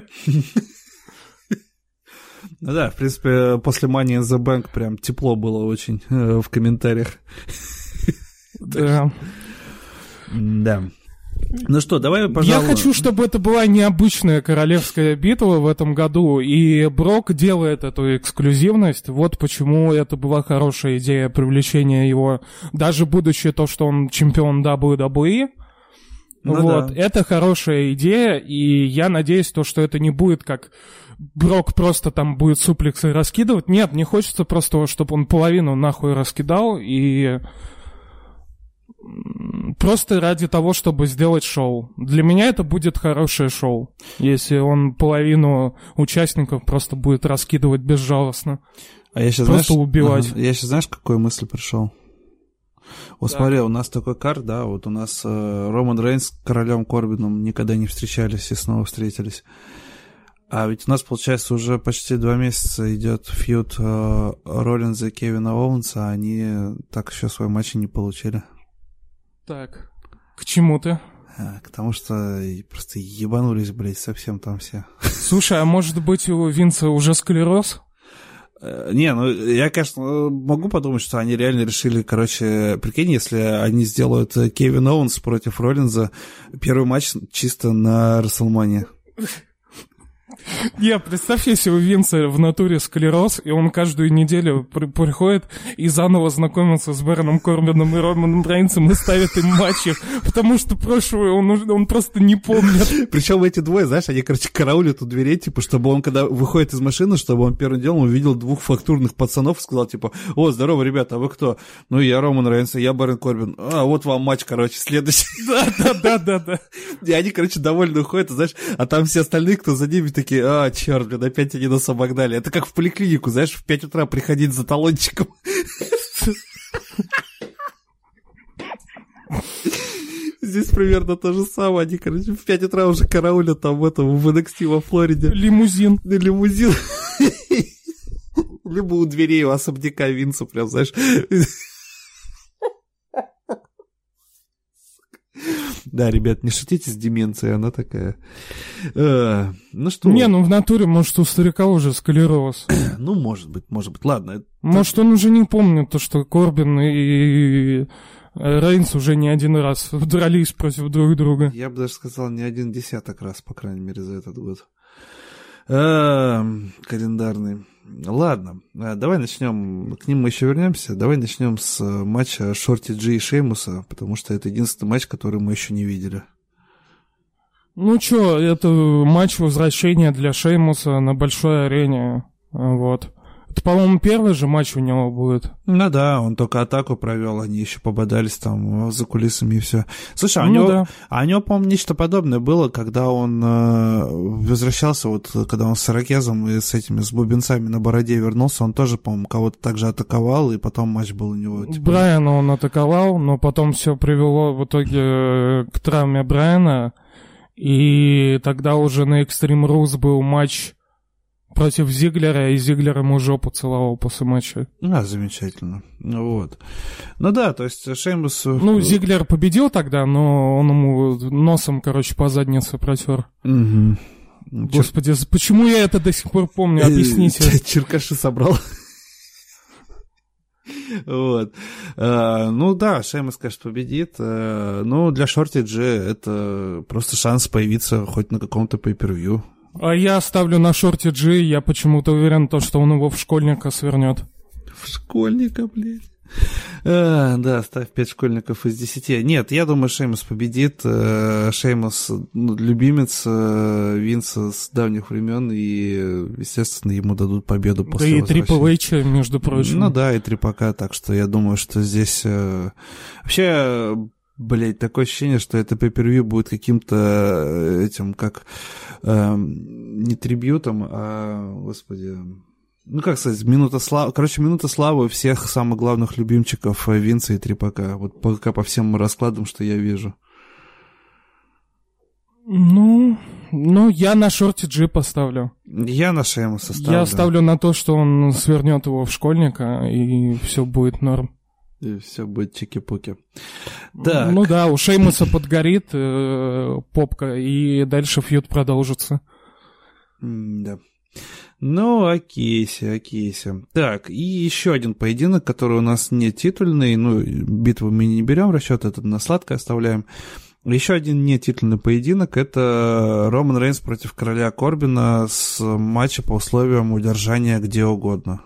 Ну да, в принципе, после Money in the Bank прям тепло было очень в комментариях. Да. Да. Ну что, давай, пожалуй... Я хочу, чтобы это была необычная королевская битва в этом году, и Брок делает эту эксклюзивность. Вот почему это была хорошая идея привлечения его, даже будучи то, что он чемпион WWE. Да. Это хорошая идея, и я надеюсь, что это не будет как Брок просто там будет суплексы раскидывать. Нет, мне хочется просто, чтобы он половину нахуй раскидал, и... Просто ради того, чтобы сделать шоу. Для меня это будет хорошее шоу, если он половину участников просто будет раскидывать безжалостно. А я сейчас, просто убивать. Я сейчас, знаешь, к какой мысли пришел? Вот Да. смотри, у нас такой карт, да, вот у нас Роман Рейнс с королем Корбином никогда не встречались и снова встретились. А ведь у нас, получается, уже почти 2 месяца идет фьюд Роллинза и Кевина Оуэнса, а они так еще свой матч и не получили. Так, к чему ты? К тому, что просто ебанулись, блядь, совсем там все. Слушай, а может быть у Винса уже склероз? Не, ну я, конечно, могу подумать, что они реально решили, короче, прикинь, если они сделают Кевин Оуэнс против Роллинза, первый матч чисто на Расселмане. Не, представь, если у Винса в натуре склероз, и он каждую неделю приходит и заново знакомится с Бэроном Корбином и Романом Рейнсом и ставит им матчи, потому что прошлого он просто не помнит. Причем эти двое, знаешь, они, короче, караулят у дверей, типа, чтобы он, когда выходит из машины, чтобы он первым делом увидел 2 фактурных пацанов и сказал, типа, о, здорово, ребята, а вы кто? Ну, я Роман Рейнс, я Бэрон Корбин. А, вот вам матч, короче, следующий. Да. И они, короче, довольны уходят, знаешь, а там все остальные, кто за ними, такие, а, черт, блин, опять они нас обогнали. Это как в поликлинику, знаешь, в 5 утра приходить за талончиком. Здесь примерно то же самое. Они, короче, в 5 утра уже караулят там в NXT во Флориде. Лимузин. Лимузин. Либо у дверей у особняка Винса, прям, знаешь. Да, ребят, не шутите с деменцией, она такая. Ну что? Не, ну в натуре, может, у старика уже склероз. Ну, может быть. Ладно. Может, он уже не помнит то, что Корбин и Рейнс уже не один раз дрались против друг друга. Я бы даже сказал, не 1 десяток раз, по крайней мере, за этот год. Календарный. Ладно, давай начнем, к ним мы еще вернемся. Давай начнем с матча Шорти Джи и Шеймуса, потому что это единственный матч, который мы еще не видели. Ну чё, это матч возвращения для Шеймуса на большой арене. Вот. Это, по-моему, первый же матч у него будет. Ну да, он только атаку провел, они еще пободались там за кулисами и все. Слушай, а у него, по-моему, нечто подобное было, когда он возвращался, вот когда он с ирокезом и с этими, с бубенцами на бороде вернулся, он тоже, по-моему, кого-то также атаковал, и потом матч был у него. Типа... Брайана он атаковал, но потом все привело в итоге к травме Брайана, и тогда уже на Extreme Rules был матч против Зиглера, и Зиглер ему жопу целовал после матча. Замечательно. Вот. Ну да, то есть Шеймус... Ну, Зиглер победил тогда, но он ему носом, короче, по заднице протер. Угу. Господи, почему я это до сих пор помню? Объясните. Черкаши собрал. Вот. Ну да, Шеймус, конечно, победит. Но для Шорти Джи это просто шанс появиться хоть на каком-то pay-per-view. А я ставлю на Шорти Джи, я почему-то уверен, что он его в школьника свернет. В школьника, блядь. Да, ставь 5 школьников из 10. Нет, я думаю, Шеймус победит. Шеймус любимец Винса с давних времен, и, естественно, ему дадут победу после возвращения. Да и Triple H, между прочим. Ну да, и Трипака, так что я думаю, что здесь... Вообще... Блять, такое ощущение, что это pay-per-view будет каким-то этим, как не трибьютом, а, господи, ну как сказать, минута славы. Короче, минута славы всех самых главных любимчиков Винса и Трипака. Вот пока по всем раскладам, что я вижу. Ну, я на Шорти Джи поставлю. Я на Шеймуса ставлю. Я ставлю на то, что он свернет его в школьника, и все будет норм. И все будет чики-пуки. Так. Ну да, у Шеймуса подгорит попка, и дальше фьюд продолжится. Да. Ну, окейся. Так, и еще один поединок, который у нас не титульный, ну, битву мы не берем в расчет, это на сладкое оставляем. Еще один не титульный поединок, это Роман Рейнс против короля Корбина с матча по условиям удержания где угодно.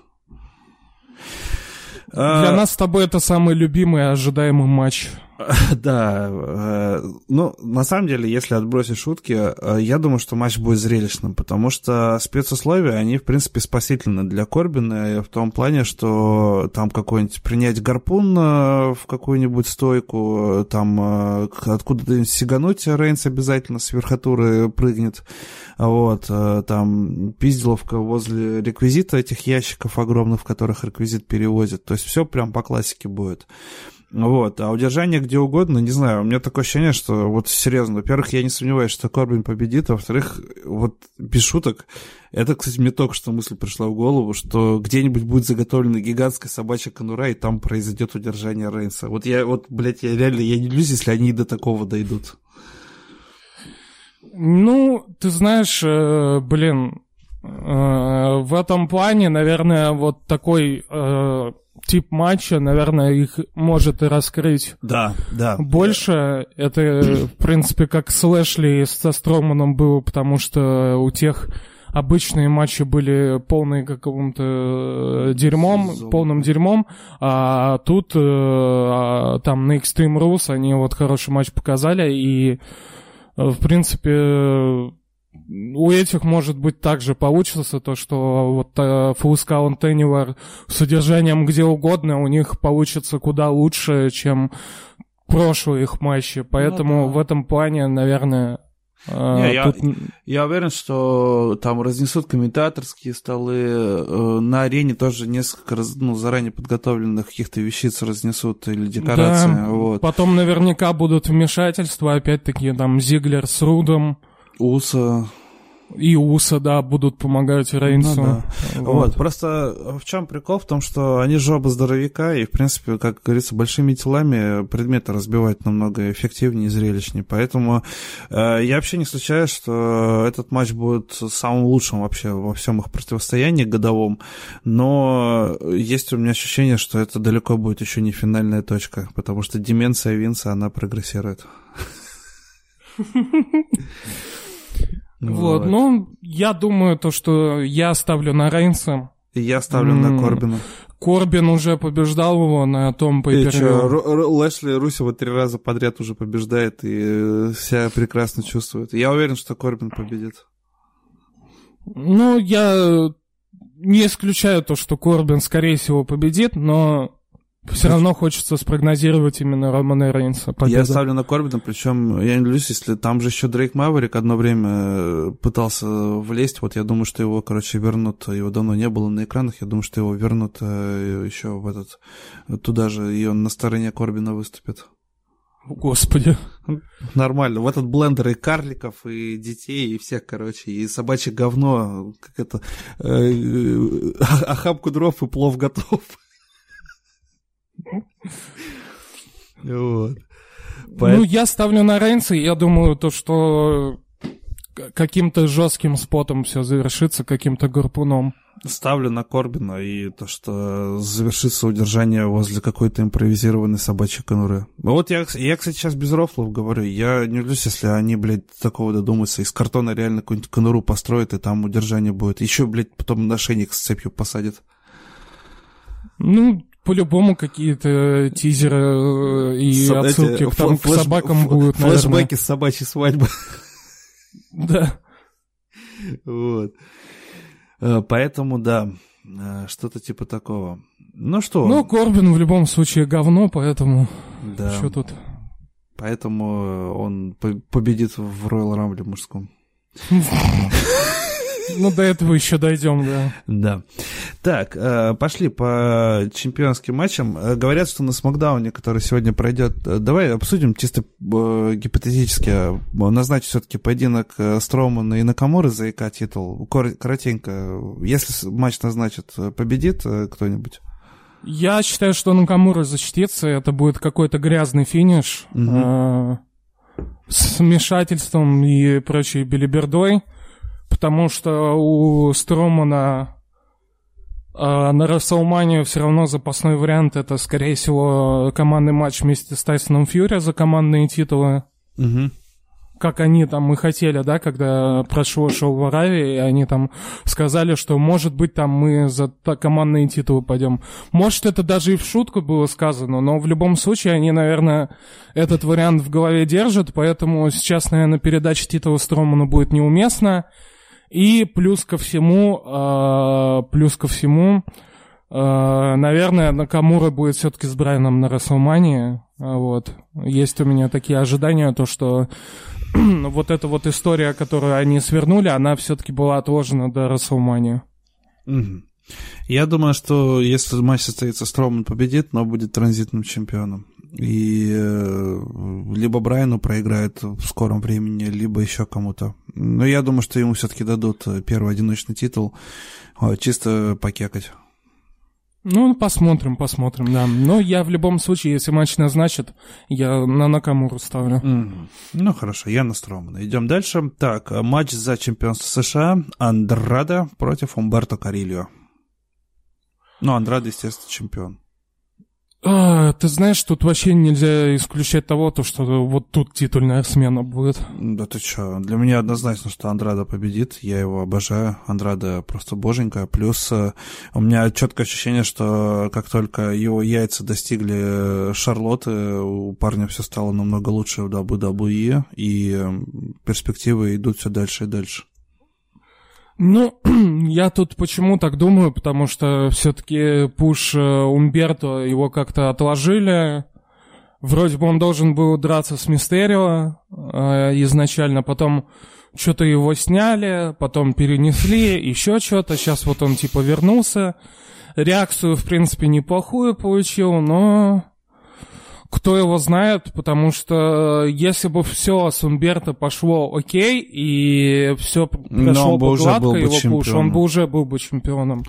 Для нас с тобой это самый любимый и ожидаемый матч. Да, ну, на самом деле, если отбросить шутки, я думаю, что матч будет зрелищным, потому что спецусловия, они, в принципе, спасительны для Корбина в том плане, что там какой-нибудь принять гарпун в какую-нибудь стойку, там откуда-то сигануть Рейнс обязательно с верхотуры прыгнет, вот, там пизделовка возле реквизита этих ящиков огромных, в которых реквизит перевозят, то есть все прям по классике будет. Вот, а удержание где угодно, не знаю, у меня такое ощущение, что вот серьезно, во-первых, я не сомневаюсь, что Корбин победит, а во-вторых, вот без шуток, это, кстати, мне только что мысль пришла в голову, что где-нибудь будет заготовлена гигантская собачья конура, и там произойдет удержание Рейнса. Вот я реально, я не люблюсь, если они до такого дойдут. Ну, ты знаешь, в этом плане, наверное, вот такой тип матча, наверное, их может и раскрыть. Да. Больше. Это, в принципе, как с Лэшли и со Строманом было, потому что у тех обычные матчи были полные каким-то полным дерьмом, а тут там на Extreme Rules они вот хороший матч показали, и в принципе у этих, может быть, также получится то, что вот Full Count Anywhere с удержанием где угодно у них получится куда лучше, чем прошлые их матчи. Поэтому в этом плане, наверное... Я уверен, что там разнесут комментаторские столы, на арене тоже несколько заранее подготовленных каких-то вещиц разнесут или декорации. Да, вот. Потом наверняка будут вмешательства, опять-таки, там Зиглер с Рудом. Уса, да, будут помогать Рейнсу. Ну, да. Вот, просто в чем прикол? В том, что они же оба здоровяка, и, в принципе, как говорится, большими телами предметы разбивать намного эффективнее и зрелищнее. Поэтому я вообще не исключаю, что этот матч будет самым лучшим вообще во всем их противостоянии годовом, но есть у меня ощущение, что это далеко будет еще не финальная точка, потому что деменция Винса, она прогрессирует. Вот, ну, я думаю, то, что я ставлю на Рейнса. И я ставлю на Корбина. Корбин уже побеждал его на том пейпервью. Лэшли Русева 3 раза подряд уже побеждает и себя прекрасно чувствует. Я уверен, что Корбин победит. Ну, я не исключаю то, что Корбин, скорее всего, победит, но... Все равно хочется спрогнозировать именно Романа Рейнса победу. Я ставлю на Корбина, причем я не люблюсь, если там же еще Дрейк Маверик одно время пытался влезть, вот я думаю, что его, вернут, его давно не было на экранах, я думаю, что его вернут еще туда же, и он на стороне Корбина выступит. Господи. Нормально. В этот блендер и карликов, и детей, и всех, и собачье говно, охапку дров и плов готов. Вот. Ну, я ставлю на Рейнса, и я думаю, то, что каким-то жестким спотом все завершится, каким-то гарпуном. Ставлю на Корбина, и то, что завершится удержание возле какой-то импровизированной собачьей конуры. Вот я, кстати, сейчас без рофлов говорю, я не удивлюсь, если они, такого додумаются, из картона реально какую-нибудь конуру построят, и там удержание будет. Еще, потом на шейник с цепью посадят. Ну, по-любому какие-то тизеры и отсылки к собакам будут, наверное. Флэшбэки с собачьей свадьбы. Да. Вот. Поэтому, да, что-то типа такого. Ну что? Ну, Корбин в любом случае говно, поэтому... Да. Что тут? Поэтому он победит в Royal Rumble мужском. Ну, до этого еще дойдем, да. Да. Так, пошли по чемпионским матчам. Говорят, что на Смакдауне, который сегодня пройдет, давай обсудим чисто гипотетически, назначить все-таки поединок Строумана и Накамуры за ИК-титул. Коротенько. Если матч назначат, победит кто-нибудь? Я считаю, что Накамура защитится, это будет какой-то грязный финиш с вмешательством и прочей белибердой. Потому что у Стромана на Расселманию все равно запасной вариант — это, скорее всего, командный матч вместе с Тайсоном Фьюри за командные титулы. Угу. Как они там и хотели, да, когда прошло шоу в Аравии, они там сказали, что, может быть, там мы за командные титулы пойдем. Может, это даже и в шутку было сказано, но в любом случае они, наверное, этот вариант в голове держат, поэтому сейчас, наверное, передача титула Строману будет неуместна. И плюс ко всему, наверное, Накамура будет все-таки с Брайаном на Расселмании. Вот. Есть у меня такие ожидания, то что вот эта вот история, которую они свернули, она все-таки была отложена до Расселмании. Я думаю, что если матч состоится, Строман победит, но будет транзитным чемпионом. И либо Брайану проиграет в скором времени, либо еще кому-то. Но я думаю, что ему все-таки дадут первый одиночный титул, чисто покекать. Ну, посмотрим, да. Но я в любом случае, если матч назначат, я на Накамуру ставлю. Ну, хорошо, я на Стромана. Идем дальше. Так, матч за чемпионство США. Андрада против Умберто Карильо. Ну, Андрада, естественно, чемпион. Ты знаешь, тут вообще нельзя исключать того, что вот тут титульная смена будет. Да ты чё, для меня однозначно, что Андрада победит, я его обожаю, Андрада просто боженька, плюс у меня четкое ощущение, что как только его яйца достигли Шарлотты, у парня все стало намного лучше в WWE, и перспективы идут все дальше и дальше. Ну, я тут почему так думаю, потому что все-таки пуш Умберто его как-то отложили. Вроде бы он должен был драться с Мистерио изначально, потом что-то его сняли, потом перенесли, еще что-то. Сейчас вот он типа вернулся. Реакцию, в принципе, неплохую получил, но... Кто его знает, потому что если бы все с Умберто пошло окей, и все прошло бы гладко, его пуш, он бы уже был бы чемпионом.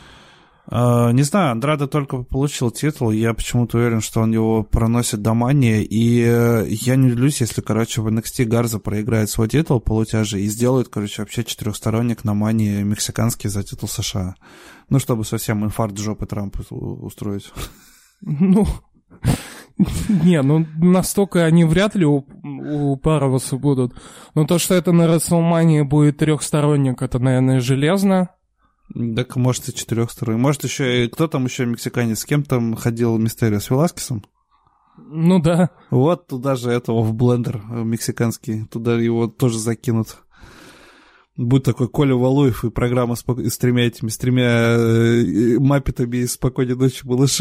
Не знаю, Андрада только получил титул, я почему-то уверен, что он его проносит до Мании, и я не удивлюсь, если, в NXT Гарза проиграет свой титул полутяжи и сделает, вообще четырехсторонник на Мании мексиканский за титул США. Ну, чтобы совсем инфаркт жопы Трампа устроить. Ну... Не, ну настолько они вряд ли упарываться будут. Но то, что это на WrestleMania будет трехсторонник, это, наверное, железно. Так, может, и четырехсторонник. Может, еще кто там еще мексиканец? С кем там ходил Мистерио? С Веласкесом? Ну да. Вот туда же этого в блендер мексиканский. Туда его тоже закинут. Будет такой Коля Валуев и программа с тремя маппетами из «Спокойной ночи, малыши».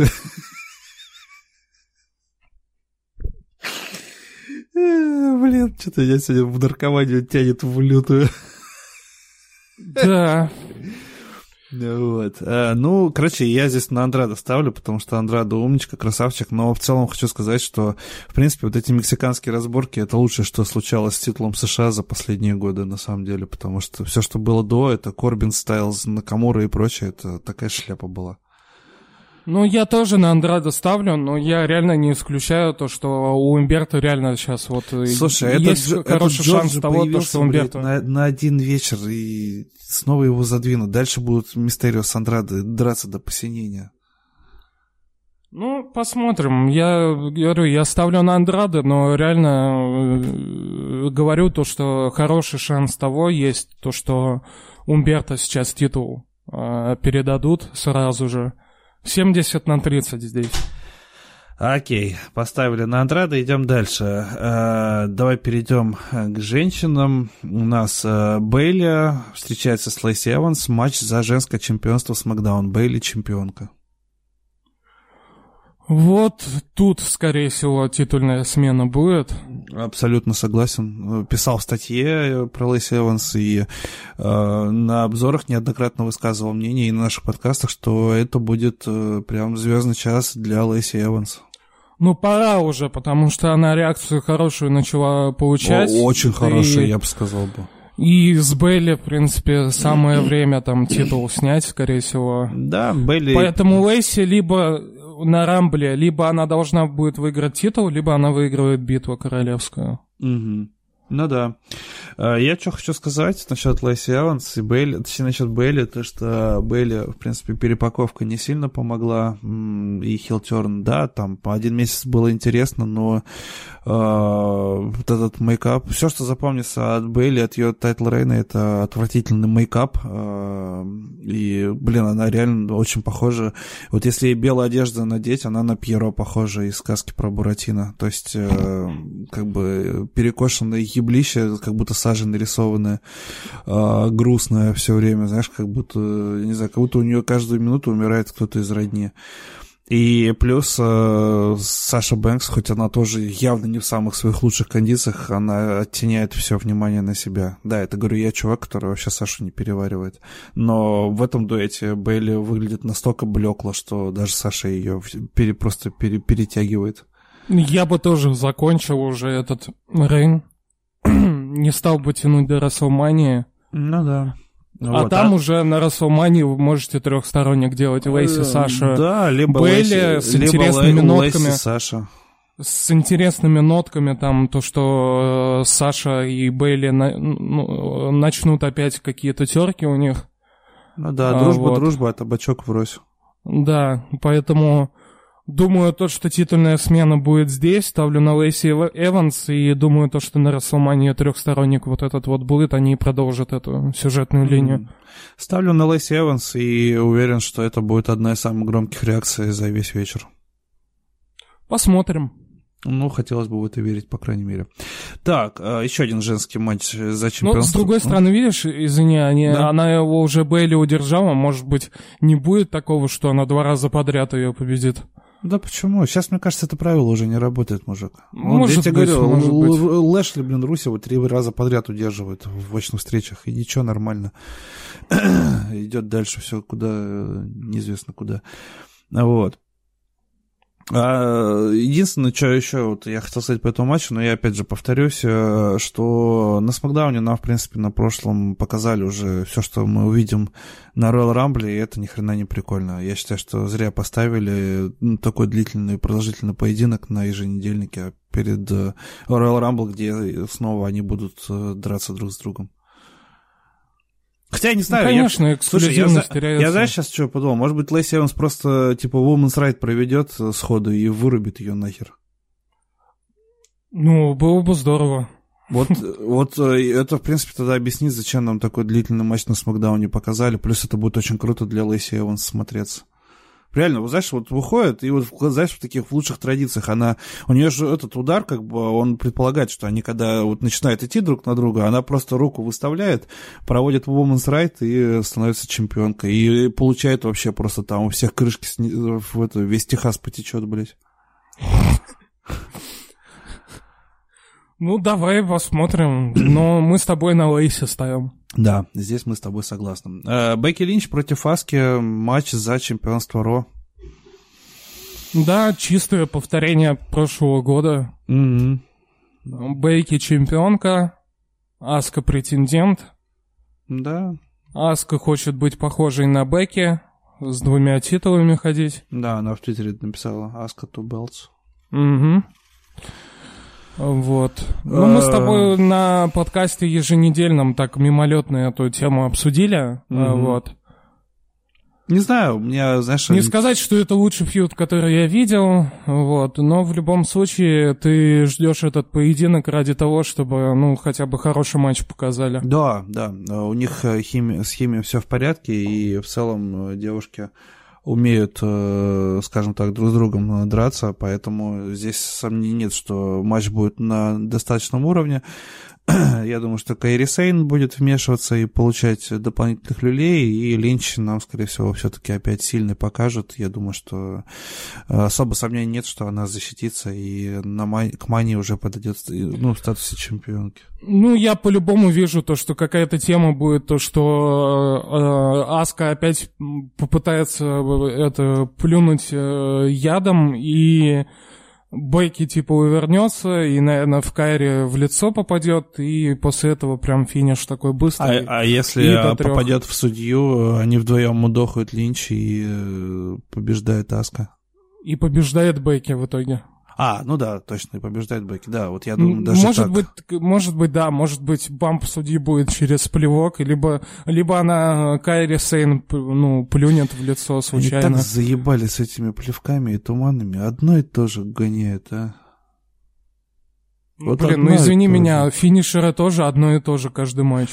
Блин, что-то я сегодня в наркоманию тянет в лютую. Да. Вот. Ну, я здесь на Андрада ставлю, потому что Андрада умничка, красавчик, но в целом хочу сказать, что, в принципе, вот эти мексиканские разборки — это лучшее, что случалось с титулом США за последние годы, на самом деле, потому что все, что было до, это Корбин, Стайлз, Накамура и прочее, это такая шляпа была. Ну, я тоже на Андрада ставлю, но я реально не исключаю то, что у Умберто реально сейчас вот... Слушай, есть хороший шанс того, что Умберто... На один вечер, и снова его задвинут. Дальше будут Мистерио с Андрадо драться до посинения. Ну, посмотрим. Я говорю, я ставлю на Андрадо, но реально говорю то, что хороший шанс того есть, то, что Умберто сейчас титул передадут сразу же. 70-30 здесь. Окей, поставили на Андрадо, идем дальше. Давай перейдем к женщинам. У нас Бейли встречается с Лэйси Эванс. Матч за женское чемпионство в SmackDown. Бейли чемпионка. Вот тут, скорее всего, титульная смена будет. Абсолютно согласен. Писал в статье про Лэйси Эванс и на обзорах неоднократно высказывал мнение и на наших подкастах, что это будет прям звездный час для Лэйси Эванс. Ну, пора уже, потому что она реакцию хорошую начала получать. Очень хорошую, я бы сказал бы. И с Бейли, в принципе, самое время там титул снять, скорее всего. Да, Бейли... Поэтому Лэйси либо на Рамбле, либо она должна будет выиграть титул, либо она выигрывает битву королевскую. Угу. Ну да. Я что хочу сказать насчет Лэйси Эванс и Бейли, точнее насчет Бейли, то что Бейли, в принципе, перепаковка не сильно помогла, и хилтерн, да, там по 1 месяц было интересно, но вот этот мейкап, все, что запомнится от Бейли, от ее тайтл рейна, это отвратительный мейкап, и, блин, она реально очень похожа, вот если ей белую одежду надеть, она на Пьеро похожа из сказки про Буратино, то есть, как бы, перекошенное еблище, как будто сажа нарисованная, грустная все время, знаешь, как будто, не знаю, как будто у нее каждую минуту умирает кто-то из родни. И плюс Саша Бэнкс, хоть она тоже явно не в самых своих лучших кондициях, она оттеняет все внимание на себя. Да, это, говорю, я чувак, который вообще Сашу не переваривает. Но в этом дуэте Бейли выглядит настолько блекло, что даже Саша ее просто перетягивает. Я бы тоже закончил уже этот Рейн. Не стал бы тянуть до Расселмании. Ну да. А вот, там уже на Расселмании вы можете трехсторонник делать. Лейси, Саша, да, либо Бейли с интересными нотками. Лейси, Саша. С интересными нотками, там, то, что Саша и Бейли начнут опять какие-то терки у них. Ну да, дружба, а табачок врозь. Да, поэтому думаю, то, что титульная смена будет здесь, ставлю на Лейси Эванс, и думаю, то, что на Расселмании трехсторонник вот этот вот будет, они продолжат эту сюжетную линию. Ставлю на Лейси Эванс и уверен, что это будет одна из самых громких реакций за весь вечер. Посмотрим. Ну, хотелось бы в это верить, по крайней мере. Так, еще один женский матч за чемпионство. Ну, с другой стороны, видишь, извини, она его уже Бейли удержала, может быть, не будет такого, что она 2 раза подряд ее победит. Да почему? Сейчас, мне кажется, это правило уже не работает, мужик. Может я быть, говорю, может быть. Лэшли, Русева 3 раза подряд удерживает в очных встречах, и ничего, нормально. Идет дальше все куда, неизвестно куда. Вот. Единственное, что еще вот я хотел сказать по этому матчу, но я опять же повторюсь, что на Смакдауне нам, в принципе, на прошлом показали уже все, что мы увидим на Royal Rumble, и это ни хрена не прикольно. Я считаю, что зря поставили такой длительный и продолжительный поединок на еженедельнике перед Royal Rumble, где снова они будут драться друг с другом. Хотя я не знаю. Ну, конечно, эксклюзивность теряется. Я знаешь, сейчас что подумал? Может быть, Лейси Эванс просто, типа, Women's Right проведет сходу и вырубит ее нахер. Ну, было бы здорово. Вот это, в принципе, тогда объяснит, зачем нам такой длительный матч на Смакдауне показали. Плюс это будет очень круто для Лейси Эванс смотреться. Реально, вот знаешь, вот выходит, и вот, знаешь, в таких лучших традициях у нее же этот удар, как бы, он предполагает, что они, когда вот начинают идти друг на друга, она просто руку выставляет, проводит Women's Right и становится чемпионкой. И получает вообще просто там у всех крышки, весь Техас потечет, блядь. Ну, давай посмотрим. Но мы с тобой на Лейси ставим. Да, здесь мы с тобой согласны. Бекки Линч против Аски, матч за чемпионство Ро. Да, чистое повторение прошлого года. Mm-hmm. Бекки чемпионка, Аска претендент. Да. Аска хочет быть похожей на Бекки, с 2 титулами ходить. Да, она в Твиттере написала Аска two belts. Угу. Вот. Ну, мы с тобой на подкасте еженедельном так мимолетно эту тему обсудили. Вот. Не знаю, у меня, знаешь... Не сказать, что это лучший фьюд, который я видел, вот, но в любом случае ты ждешь этот поединок ради того, чтобы, ну, хотя бы хороший матч показали. Да, у них с химией все в порядке, и в целом девушки умеют, скажем так, друг с другом драться, поэтому здесь сомнений нет, что матч будет на достаточном уровне. Я думаю, что Кайри Сейн будет вмешиваться и получать дополнительных люлей, и Линч нам, скорее всего, все-таки опять сильный покажет. Я думаю, что особо сомнений нет, что она защитится и к Мани уже подойдет, ну, в статусе чемпионки. Ну, я по-любому вижу то, что какая-то тема будет, то, что Аска опять попытается плюнуть ядом, и Бекки типа увернется и, наверное, в Кайри в лицо попадет, и после этого прям финиш такой быстрый. А если попадет в судью, они вдвоем мудохают Линч и побеждает Аска. И побеждает Бекки в итоге. Ну да, точно, и побеждает Бекки. Да, вот я думаю, даже может быть, бамп судьи будет через плевок, либо она Кайри Сейн, плюнет в лицо случайно. Они так заебали с этими плевками и туманами. Одно и то же гоняет, а. Вот извини меня, финишеры тоже одно и то же каждый матч.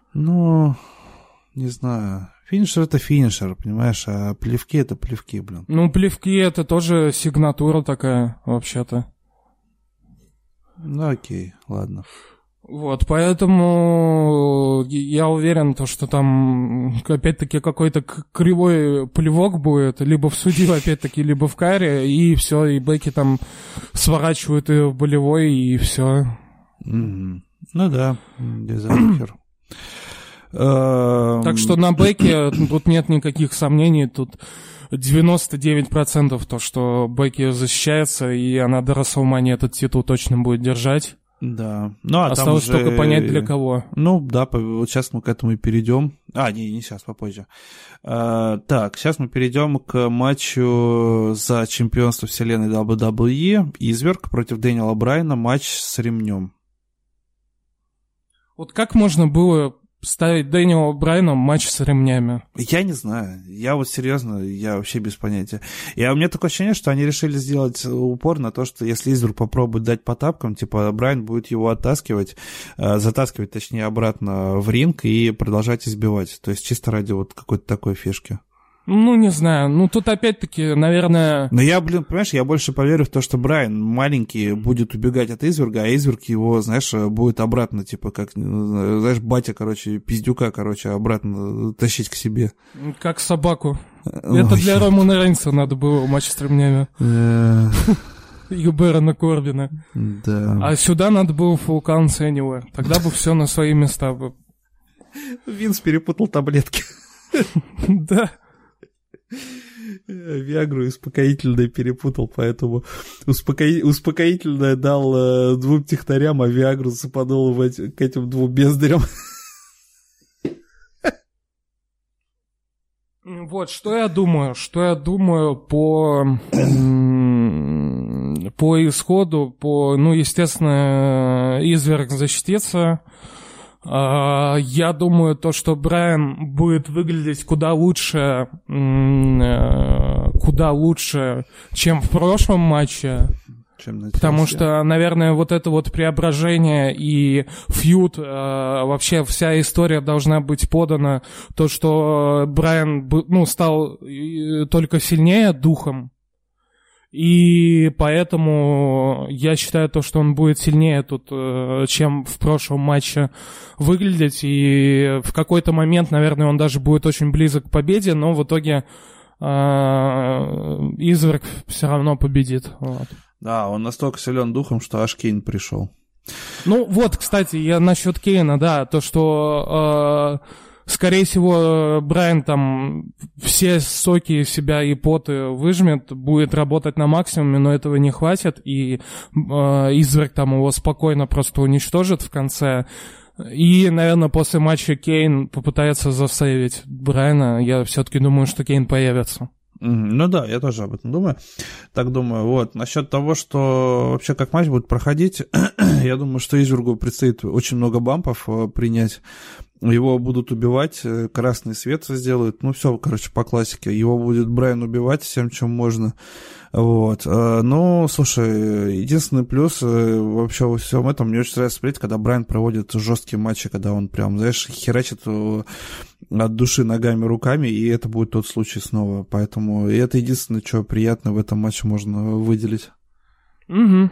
Не знаю. Финишер — это финишер, понимаешь, а плевки — это плевки, блин. Ну, плевки — это тоже сигнатура такая, вообще-то. Ну, окей, ладно. Вот, поэтому я уверен, что там, опять-таки, какой-то кривой плевок будет, либо в судью, опять-таки, либо в Кайре, и все, и Бекки там сворачивают ее в болевой, и все. Ну да, дизайнер. Так что на Бекке тут нет никаких сомнений, тут 99% то, что Бекки защищается, и она до Расселмании этот титул точно будет держать. Да. Ну, а осталось там уже... только понять, для кого. Ну, да, вот сейчас мы к этому и перейдем. Не сейчас, попозже. Так, сейчас мы перейдем к матчу за чемпионство вселенной WWE. Изверг против Дэниела Брайана. Матч с ремнем. Вот как можно было ставить Дэниела Брайана матч с ремнями? Я не знаю. Я вот серьезно, я вообще без понятия. У меня такое ощущение, что они решили сделать упор на то, что если Изверг попробует дать по тапкам, типа Брайан будет его затаскивать, точнее, обратно в ринг и продолжать избивать. То есть чисто ради вот какой-то такой фишки. Ну, не знаю. Ну, тут опять-таки, наверное... Но я, понимаешь, я больше поверю в то, что Брайан маленький будет убегать от Изверга, а Изверг его, знаешь, будет обратно, типа, как, знаешь, батя, пиздюка, обратно тащить к себе. Как собаку. Это для Романа Рейнса надо было матч с ремнями. И Бэрона Корбина. Да. А сюда надо было Full Count Anywhere. Тогда бы все на свои места бы. Винс перепутал таблетки. Да. Виагру и успокоительное перепутал, поэтому успокоительное дал 2 технарям, а Виагру западал к этим 2 бездарям. Вот, что я думаю по исходу, естественно, Изверг защитится. Я думаю, то, что Брайан будет выглядеть куда лучше, чем в прошлом матче. Потому что, наверное, вот это вот преображение и фьюд, вообще вся история должна быть подана, то, что Брайан, стал только сильнее духом. И поэтому я считаю то, что он будет сильнее тут, чем в прошлом матче выглядеть. И в какой-то момент, наверное, он даже будет очень близок к победе, но в итоге Изверг все равно победит. Вот. Да, он настолько силен духом, что аж Кейн пришел. Ну вот, кстати, я насчет Кейна, да, то, что... Скорее всего, Брайан там все соки из себя и поты выжмет, будет работать на максимуме, но этого не хватит, и Изверг там его спокойно просто уничтожит в конце. И, наверное, после матча Кейн попытается засейвить Брайана. Я все-таки думаю, что Кейн появится. Ну да, я тоже об этом думаю. Так думаю. Вот. Насчет того, что вообще как матч будет проходить, я думаю, что Извергу предстоит очень много бампов принять. Его будут убивать, красный свет сделают, все, по классике. Его будет Брайан убивать всем, чем можно. Вот. Ну, слушай, единственный плюс вообще во всем этом, мне очень нравится смотреть, когда Брайан проводит жесткие матчи, когда он прям, знаешь, херачит от души ногами, руками, и это будет тот случай снова. Поэтому и это единственное, что приятно в этом матче можно выделить. Угу.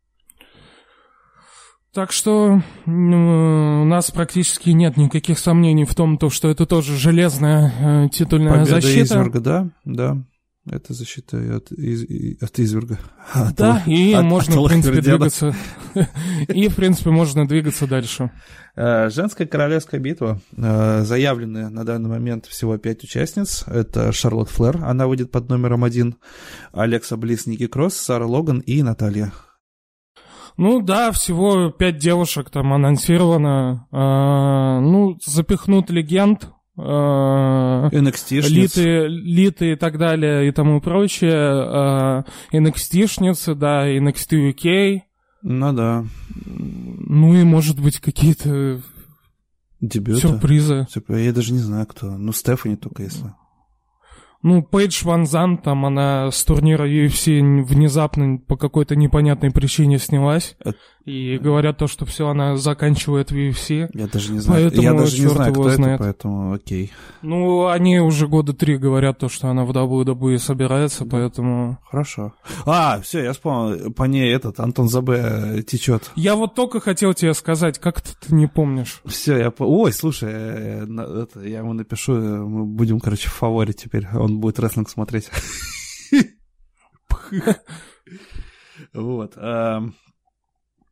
Так что у нас практически нет никаких сомнений в том, что это тоже железная титульная победа защита. Изверга, да. Это защита от Изверга. Да, и можно, в принципе, двигаться. И, в принципе, можно двигаться дальше. Женская королевская битва. Заявлены на данный момент всего 5 участниц. Это Шарлотт Флэр, она выйдет под номером 1. Алекса Блисс, Ники Кросс, Сара Логан и Наталья. Ну да, всего 5 девушек там анонсировано. Запихнут легенд. NXT-шниц. Литы и так далее и тому прочее. NXT-шницы, да, NXT UK. Ну да. Ну и, может быть, какие-то дебюты. Сюрпризы. Я даже не знаю, кто. Стефани только если. Пейдж Ван Зант, там она с турнира UFC внезапно по какой-то непонятной причине снялась. И говорят то, что все, она заканчивает в UFC. Я даже не знаю, кто знает. это, поэтому окей. Они уже 3 года говорят то, что она в WWE собирается, поэтому... Хорошо. Все, я вспомнил, по ней Антон Забе течет. Я вот только хотел тебе сказать, как ты не помнишь. Все, Ой, слушай, я ему напишу, мы будем, в фаворе теперь, он будет рестлинг смотреть. Вот.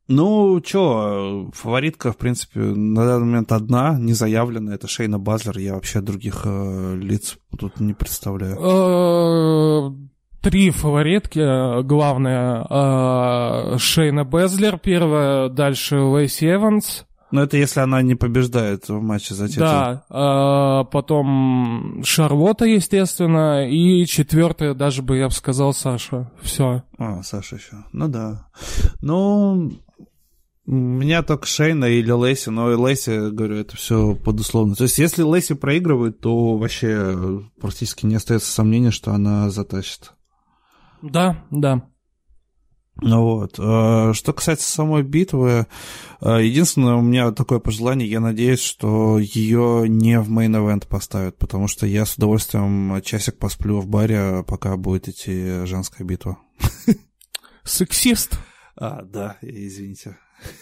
Ну, чё, фаворитка, в принципе, на данный момент одна, не заявленная, это Шейна Базлер, я вообще других лиц тут не представляю. 3 фаворитки, главная Шейна Базлер, первая, дальше Лейси Эванс. Но это если она не побеждает в матче за титул. Да, потом Шарлотта, естественно, и 4-я, даже бы я бы сказал, Саша. Все. Саша еще. Ну да. Ну, у меня только Шейна или Лейси, но и Лейси, говорю, это все подусловно. То есть, если Лейси проигрывает, то вообще практически не остается сомнения, что она затащит. Да. Ну вот. Что касается самой битвы, единственное, у меня такое пожелание, я надеюсь, что ее не в мейн-эвент поставят, потому что я с удовольствием часик посплю в баре, пока будет идти женская битва. Сексист. Да, извините.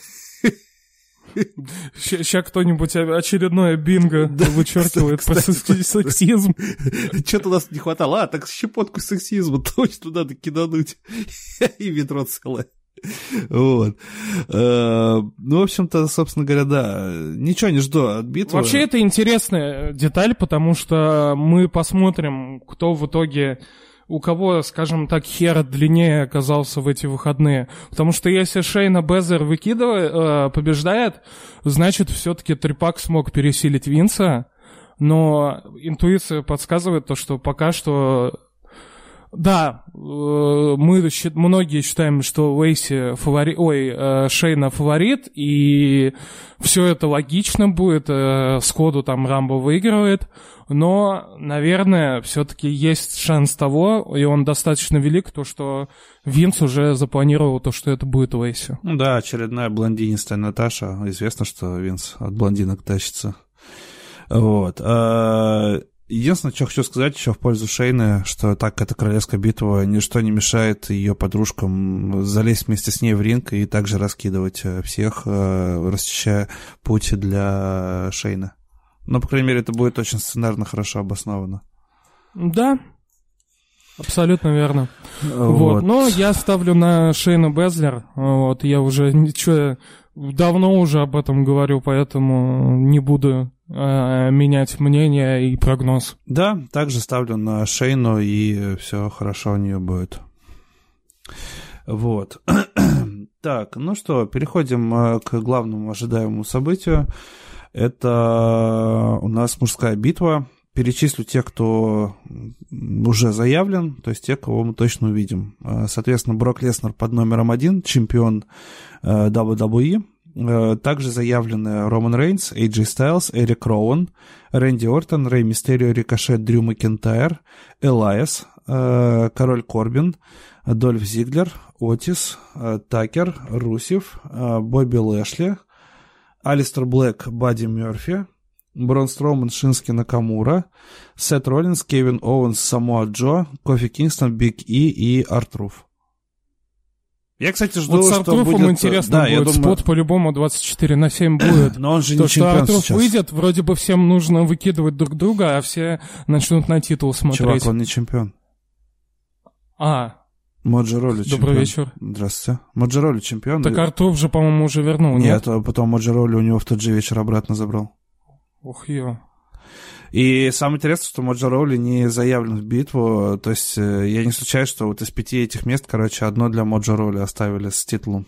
Сейчас кто-нибудь очередное бинго вычеркивает про сексизм. Что-то у нас не хватало. Так щепотку сексизма точно надо кидануть. И ведро целое. Вот. Ну, в общем-то, собственно говоря, да. Ничего не жду от битвы. Вообще, это интересная деталь, потому что мы посмотрим, кто в итоге... У кого, скажем так, хер длиннее оказался в эти выходные. Потому что если Шейна Базлер побеждает, значит, все-таки Трипак смог пересилить Винса. Но интуиция подсказывает то, что пока что... Да, многие считаем, что Шейна фаворит, и все это логично будет, сходу там Рамбо выигрывает, но, наверное, все-таки есть шанс того, и он достаточно велик, то, что Винс уже запланировал то, что это будет Лейси. Ну да, очередная блондинистая Наташа, известно, что Винс от блондинок тащится. Вот. Единственное, что хочу сказать еще в пользу Шейны, что так это королевская битва, ничто не мешает ее подружкам залезть вместе с ней в ринг и также раскидывать всех, расчищая путь для Шейны. Но, по крайней мере, это будет очень сценарно хорошо обосновано. Да, абсолютно верно. Вот. Но я ставлю на Шейну Базлер. Вот. Я уже давно уже об этом говорю, поэтому не буду менять мнение и прогноз. Да, также ставлю на Шейну, и все хорошо у нее будет. Вот. Так, ну что, переходим к главному ожидаемому событию. Это у нас мужская битва. Перечислю тех, кто уже заявлен, то есть тех, кого мы точно увидим. Соответственно, Брок Леснер под номером 1, чемпион WWE. Также заявлены Роман Рейнс, AJ Styles, Эрик Роуэн, Рэнди Ортон, Рэй Мистерио, Рикошет, Дрю Макентайр, Элайас, Король Корбин, Дольф Зиглер, Отис, Такер, Русев, Бобби Лэшли, Алистер Блэк, Бадди Мёрфи, Брон Строуман, Шински Накамура, Сет Роллинс, Кевин Оуэнс, Самоа Джо, Кофи Кингстон, Биг И и Артруф. Я, кстати, жду, вот с Артруфом будет... интересно будет, думаю... спот по-любому 24/7 будет. Но он же не чемпион Артруф сейчас. Выйдет, вроде бы всем нужно выкидывать друг друга, а все начнут на титул смотреть. Чувак, он не чемпион. Моджо Ролли чемпион. Добрый вечер. Здравствуйте. Моджо Ролли чемпион. Так Артруф же, по-моему, уже вернул, нет? Нет, потом Моджо Ролли у него в тот же вечер обратно забрал. Ух, ё. И самое интересное, что Моджо Ролли не заявлен в битву, то есть я не случайно, что вот из 5 этих мест, одно для Моджо Ролли оставили с титулом.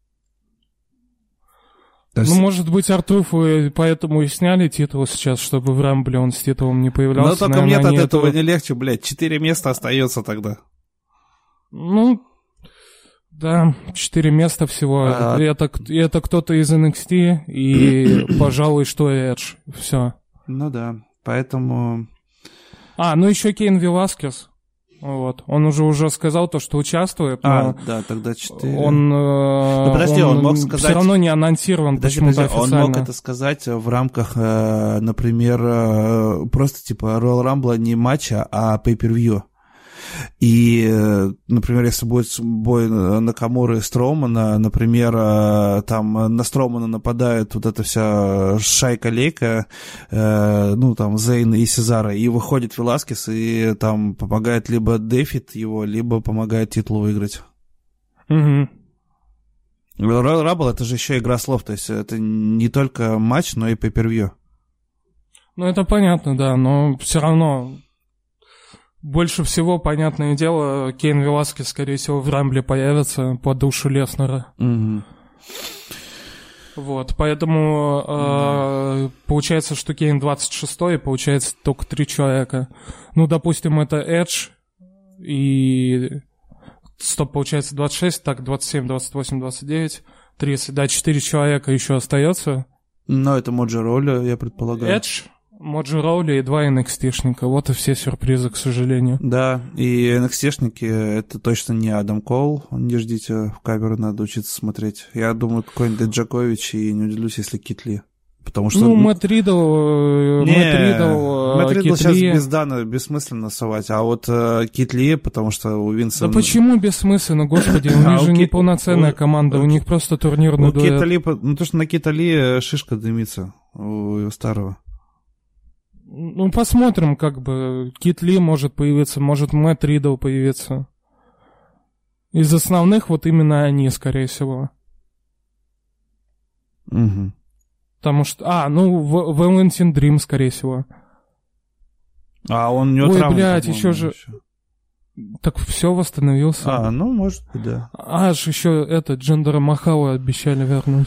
Есть... Ну, может быть, Артруфу поэтому и сняли титул сейчас, чтобы в Рамбле он с титулом не появлялся. Но только мне от этого не легче, блядь, 4 места остается тогда. Ну, да, 4 места всего. Это кто-то из NXT и, пожалуй, что Эдж. Все. Ну да. Поэтому... ну еще Кейн Веласкес. Вот. Он уже сказал то, что участвует, но... да, тогда 4. Он мог сказать... Все равно не анонсирован почему-то официально. Он мог это сказать в рамках, например, просто типа Royal Rumble не матча, а pay-per-view. И, например, если будет бой Накамуры и Строумана, например, там на Строумана нападает вот эта вся шайка-лейка, там Зейн и Сезара, и выходит Веласкес и там помогает либо дефит его, либо помогает титул выиграть. Угу. Royal Rumble — это же еще игра слов, то есть это не только матч, но и pay-per-view. Ну, это понятно, да, но все равно больше всего, понятное дело, Кейн Веласкес, скорее всего, в Рамбле появится по душу Леснера. Угу. Вот, поэтому получается, что Кейн 26-й, получается только 3 человека. Ну, допустим, это Эдж и... Стоп, получается 26, так, 27, 28, 29, 30, да, 4 человека еще остается. Ну, это Моджо Роули, я предполагаю. Эдж, Моджо Роули и 2 NXT-шника. Вот и все сюрпризы, к сожалению. Да, и NXT-шники — это точно не Адам Коул. Не ждите, в камеру надо учиться смотреть. Я думаю, какой-нибудь Джакович, и не удивлюсь, если Кит Ли. Потому что... Ну, Мэтт Ридл, Кит сейчас бездано, бессмысленно совать. А вот Кит Ли, потому что у Винса... Да почему бессмысленно, господи? У них же не полноценная команда, у них просто турнирный дуэт. Кита Ли, ну, то, что на Кита Ли шишка дымится у его старого. Ну, посмотрим, как бы. Кит Ли может появиться, может Мэтт Ридл появиться. Из основных вот именно они, скорее всего. Угу. Потому что... Валентин Дрим, скорее всего. А он не травма. Ой, блядь, еще же... Так все восстановился. Ну, может быть, да. Аж еще Джиндера Махала обещали вернуть.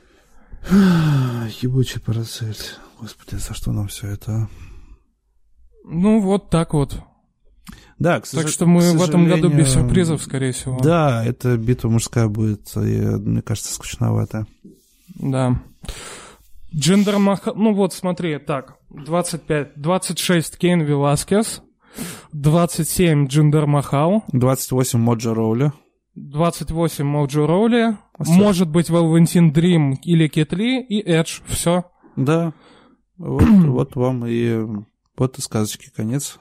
Ебучий паразит. Господи, за что нам все это, а? Ну, вот так вот. Да, так что мы в этом году без сюрпризов, скорее всего. Да, эта битва мужская будет, мне кажется, скучноватая. Да. Джиндер Махал... Ну вот, смотри, так. 26 Кейн Веласкес. 27 Джиндер Махал. 28 Моджо Роули. 28 Моджо Роули. Может быть, Валентин Дрим или Кит Ли и Эдж. Все. Да. Вот вам и... Вот и сказочки конец.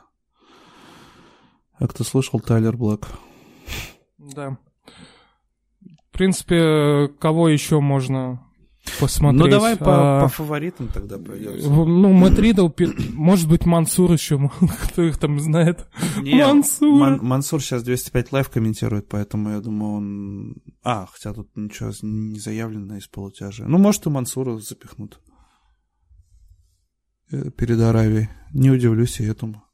А кто слушал, Тайлер Блэк. Да. В принципе, кого еще можно посмотреть? Ну, давай по фаворитам тогда пройдемся. Ну, Мэтт Ридл, может быть, Мансур еще, кто их там знает. Мансур. Мансур сейчас 205 лайв комментирует, поэтому я думаю, он... хотя тут ничего не заявлено из полутяжа. Ну, может, и Мансура запихнут перед Аравией. Не удивлюсь и этому.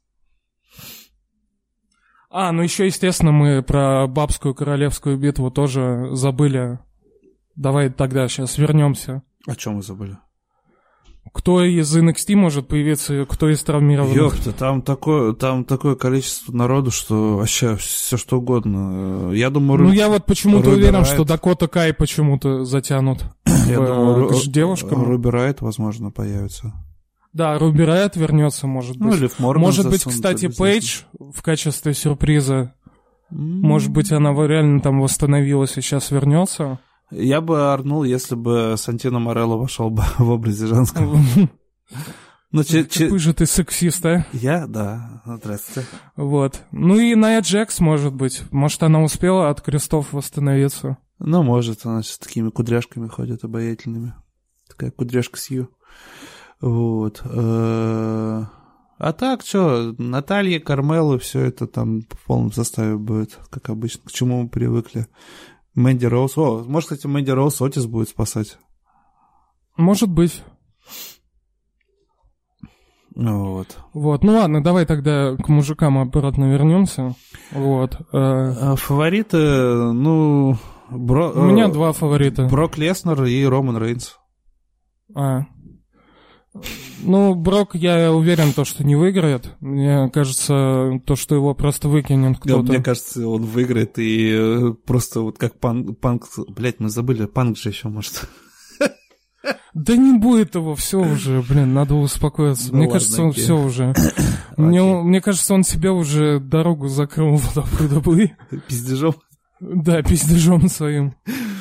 Ну еще, естественно, мы про бабскую королевскую битву тоже забыли. Давай тогда сейчас вернемся. О чем мы забыли? Кто из NXT может появиться, кто из травмированных? Ёпта, там такое количество народу, что вообще все что угодно. Я думаю... я вот почему-то уверен, что Дакота Кай почему-то затянут. Я думаю, девушкам. Руби Райт, возможно, появится. Да, Руби Райт вернется, может быть. Ну, или Морган может быть, кстати, Пейдж в качестве сюрприза. Может быть, она реально там восстановилась и сейчас вернется. Я бы орнул, если бы Сантино Морелло вошел бы в образе женского. Какой же ты сексист, а? Я? Да. Здравствуйте. Вот. Ну и Найя Джекс, может быть. Может, она успела от крестов восстановиться. Ну, может. Она с такими кудряшками ходит, обаятельными. Такая кудряшка Сью. Вот. А так, что, Наталья, Кармелла, все это там в полном составе будет, как обычно, к чему мы привыкли. Мэнди Роуз. Может, кстати, Мэнди Роуз Отис будет спасать. Может быть. Вот. Вот, ну ладно, давай тогда к мужикам обратно вернемся. Вот. Фавориты, ну... У меня 2 фаворита. Брок Леснер и Роман Рейнс. Ну, Брок, я уверен, что не выиграет. Мне кажется, что его просто выкинет кто-то. Мне кажется, он выиграет и просто вот как Панк... Блять, мы забыли, Панк же еще может. Да не будет его, все уже, надо успокоиться. Мне кажется, он все уже. Мне кажется, он себе уже дорогу закрыл в WWE. Пиздежом? Да, пиздежом своим.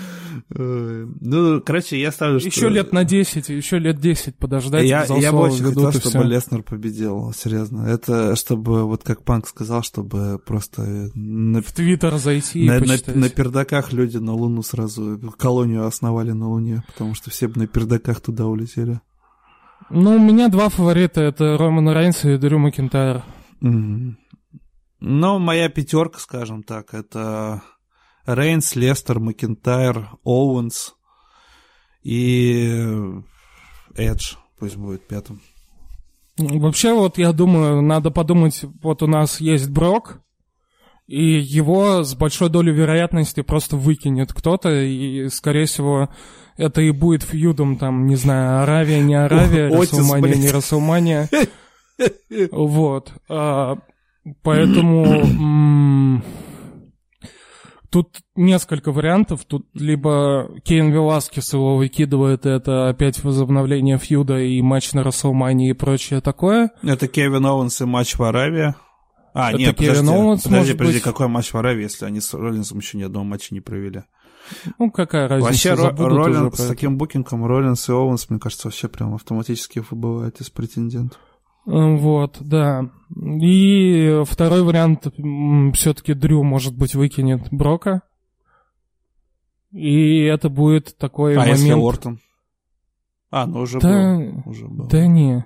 Ну, короче, я ставлю, что... Еще лет на 10, еще лет 10 подождать. Я бы очень хотел, чтобы Леснер победил, серьезно. Это чтобы, вот как Панк сказал, чтобы просто... В Твиттер зайти и почитать. На пердаках люди на Луну сразу, колонию основали на Луне, потому что все бы на пердаках туда улетели. Ну, у меня 2 фаворита, это Роман Рейнс и Дрю Макинтайр. Ну, моя 5, скажем так, это Рейнс, Лестер, Макинтайр, Оуэнс и Эдж пусть будет пятым. Вообще, вот я думаю, надо подумать, вот у нас есть Брок, и его с большой долей вероятности просто выкинет кто-то, и, скорее всего, это и будет фьюдом, там, не знаю, Аравия, не Аравия, Расселмания, не Расселмания. Вот. Поэтому тут несколько вариантов. Тут либо Кейн Веласкес его выкидывает, и это опять возобновление фьюда и матч на Расселмании и прочее такое. Это Кевин Оуэнс и матч в Аравии. А, это нет, Кевин Оуэнс, подожди, какой матч в Аравии, если они с Роллинсом еще ни одного матча не провели? Ну, какая разница? Вообще, Роллинс с таким букингом, Роллинс и Оуэнс, мне кажется, вообще прям автоматически выбывают из претендентов. Вот, да. И второй вариант, все-таки Дрю, может быть, выкинет Брока. И это будет такой момент... если Ортон? Ну уже был. Да не.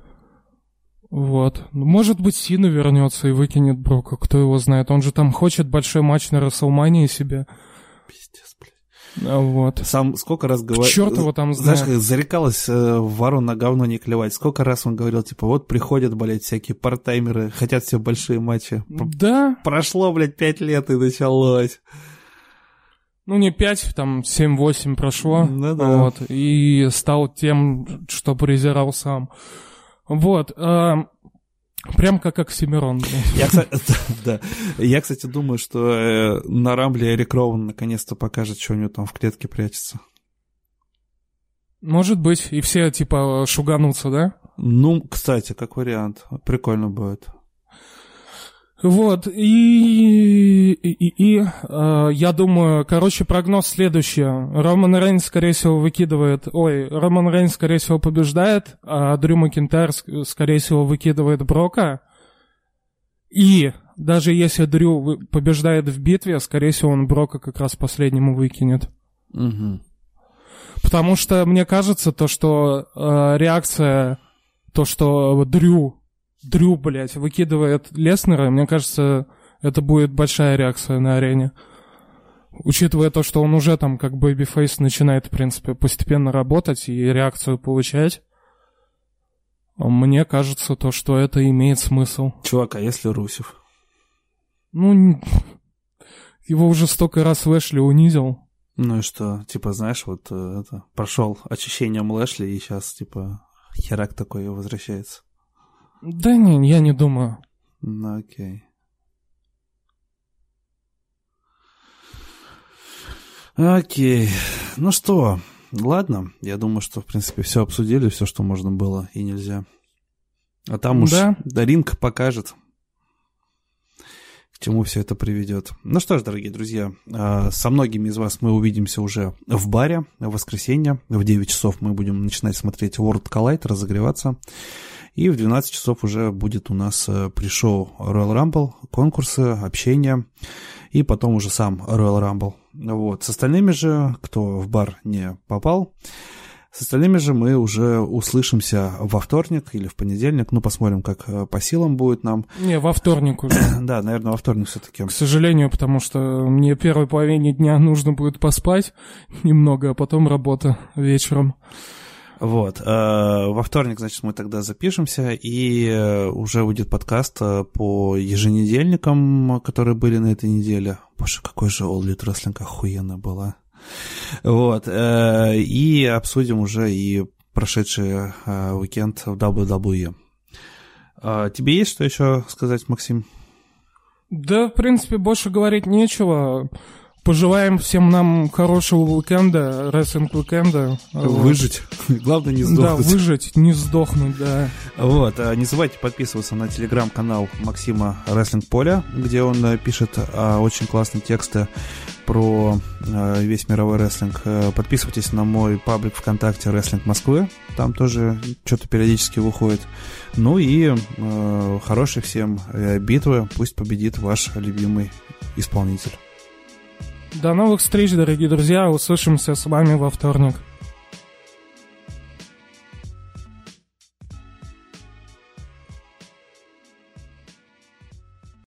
Вот. Может быть, Сина вернется и выкинет Брока, кто его знает. Он же там хочет большой матч на Расселмании себе. Пиздец, блядь. Вот. Сам сколько раз говорил... Черт его там знает. Знаешь, как зарекалась Вару на говно не клевать. Сколько раз он говорил, типа, вот приходят, блядь, всякие парттаймеры, хотят все большие матчи. Да. Прошло, блядь, 5 лет и началось. Ну, не 5, там 7-8 прошло. Ну да. Вот. И стал тем, что презирал сам. Вот. Прям как Оксимирон. Я, кстати, думаю, что на Рамбле Эрик Роуэн наконец-то покажет, что у него там в клетке прячется. Может быть. И все, типа, шуганутся, да? Ну, кстати, как вариант. Прикольно будет. Вот, и я думаю, короче, прогноз следующий. Роман Рейнс, скорее всего, Роман Рейнс, скорее всего, побеждает, а Дрю Макинтайр, скорее всего, выкидывает Брока. И даже если Дрю побеждает в битве, скорее всего, он Брока как раз последнему выкинет. Угу. Потому что мне кажется, что реакция, что Дрю, блядь, выкидывает Леснера, мне кажется, это будет большая реакция на арене. Учитывая то, что он уже там как бэйбифейс начинает, в принципе, постепенно работать и реакцию получать, мне кажется, что это имеет смысл. Чувак, а если Русев? Ну, его уже столько раз Лэшли унизил. Ну и что, типа, знаешь, вот это, прошел очищением Лэшли, и сейчас, типа, херак такой возвращается. Да не, я не думаю. Ну, окей. Окей. Ну что, ладно. Я думаю, что, в принципе, все обсудили, все, что можно было и нельзя. А там уж ринг покажет, к чему все это приведет. Ну что ж, дорогие друзья, со многими из вас мы увидимся уже в баре в воскресенье. В 9 часов мы будем начинать смотреть World Collide, разогреваться. И в 12 часов уже будет у нас пришоу Royal Rumble, конкурсы, общение, и потом уже сам Royal Rumble. Вот. С остальными же, кто в бар не попал, с остальными же мы уже услышимся во вторник или в понедельник. Ну, посмотрим, как по силам будет нам. Не, во вторник уже. Да, наверное, во вторник все-таки. К сожалению, потому что мне первой половине дня нужно будет поспать немного, а потом работа вечером. Вот. Во вторник, значит, мы тогда запишемся, и уже будет подкаст по еженедельникам, которые были на этой неделе. Боже, какой же All Elite Wrestling охуенно была. Вот. И обсудим уже и прошедший уикенд в WWE. Тебе есть что еще сказать, Максим? Да, в принципе, больше говорить нечего. Пожелаем всем нам хорошего уикенда, рестлинг-уикенда. Выжить. Главное, не сдохнуть. Да, выжить, не сдохнуть, да. Вот. Не забывайте подписываться на телеграм-канал Максима Рестлинг Поля, где он пишет очень классные тексты про весь мировой рестлинг. Подписывайтесь на мой паблик ВКонтакте Рестлинг Москвы. Там тоже что-то периодически выходит. Ну и хорошей всем битвы. Пусть победит ваш любимый исполнитель. До новых встреч, дорогие друзья. Услышимся с вами во вторник.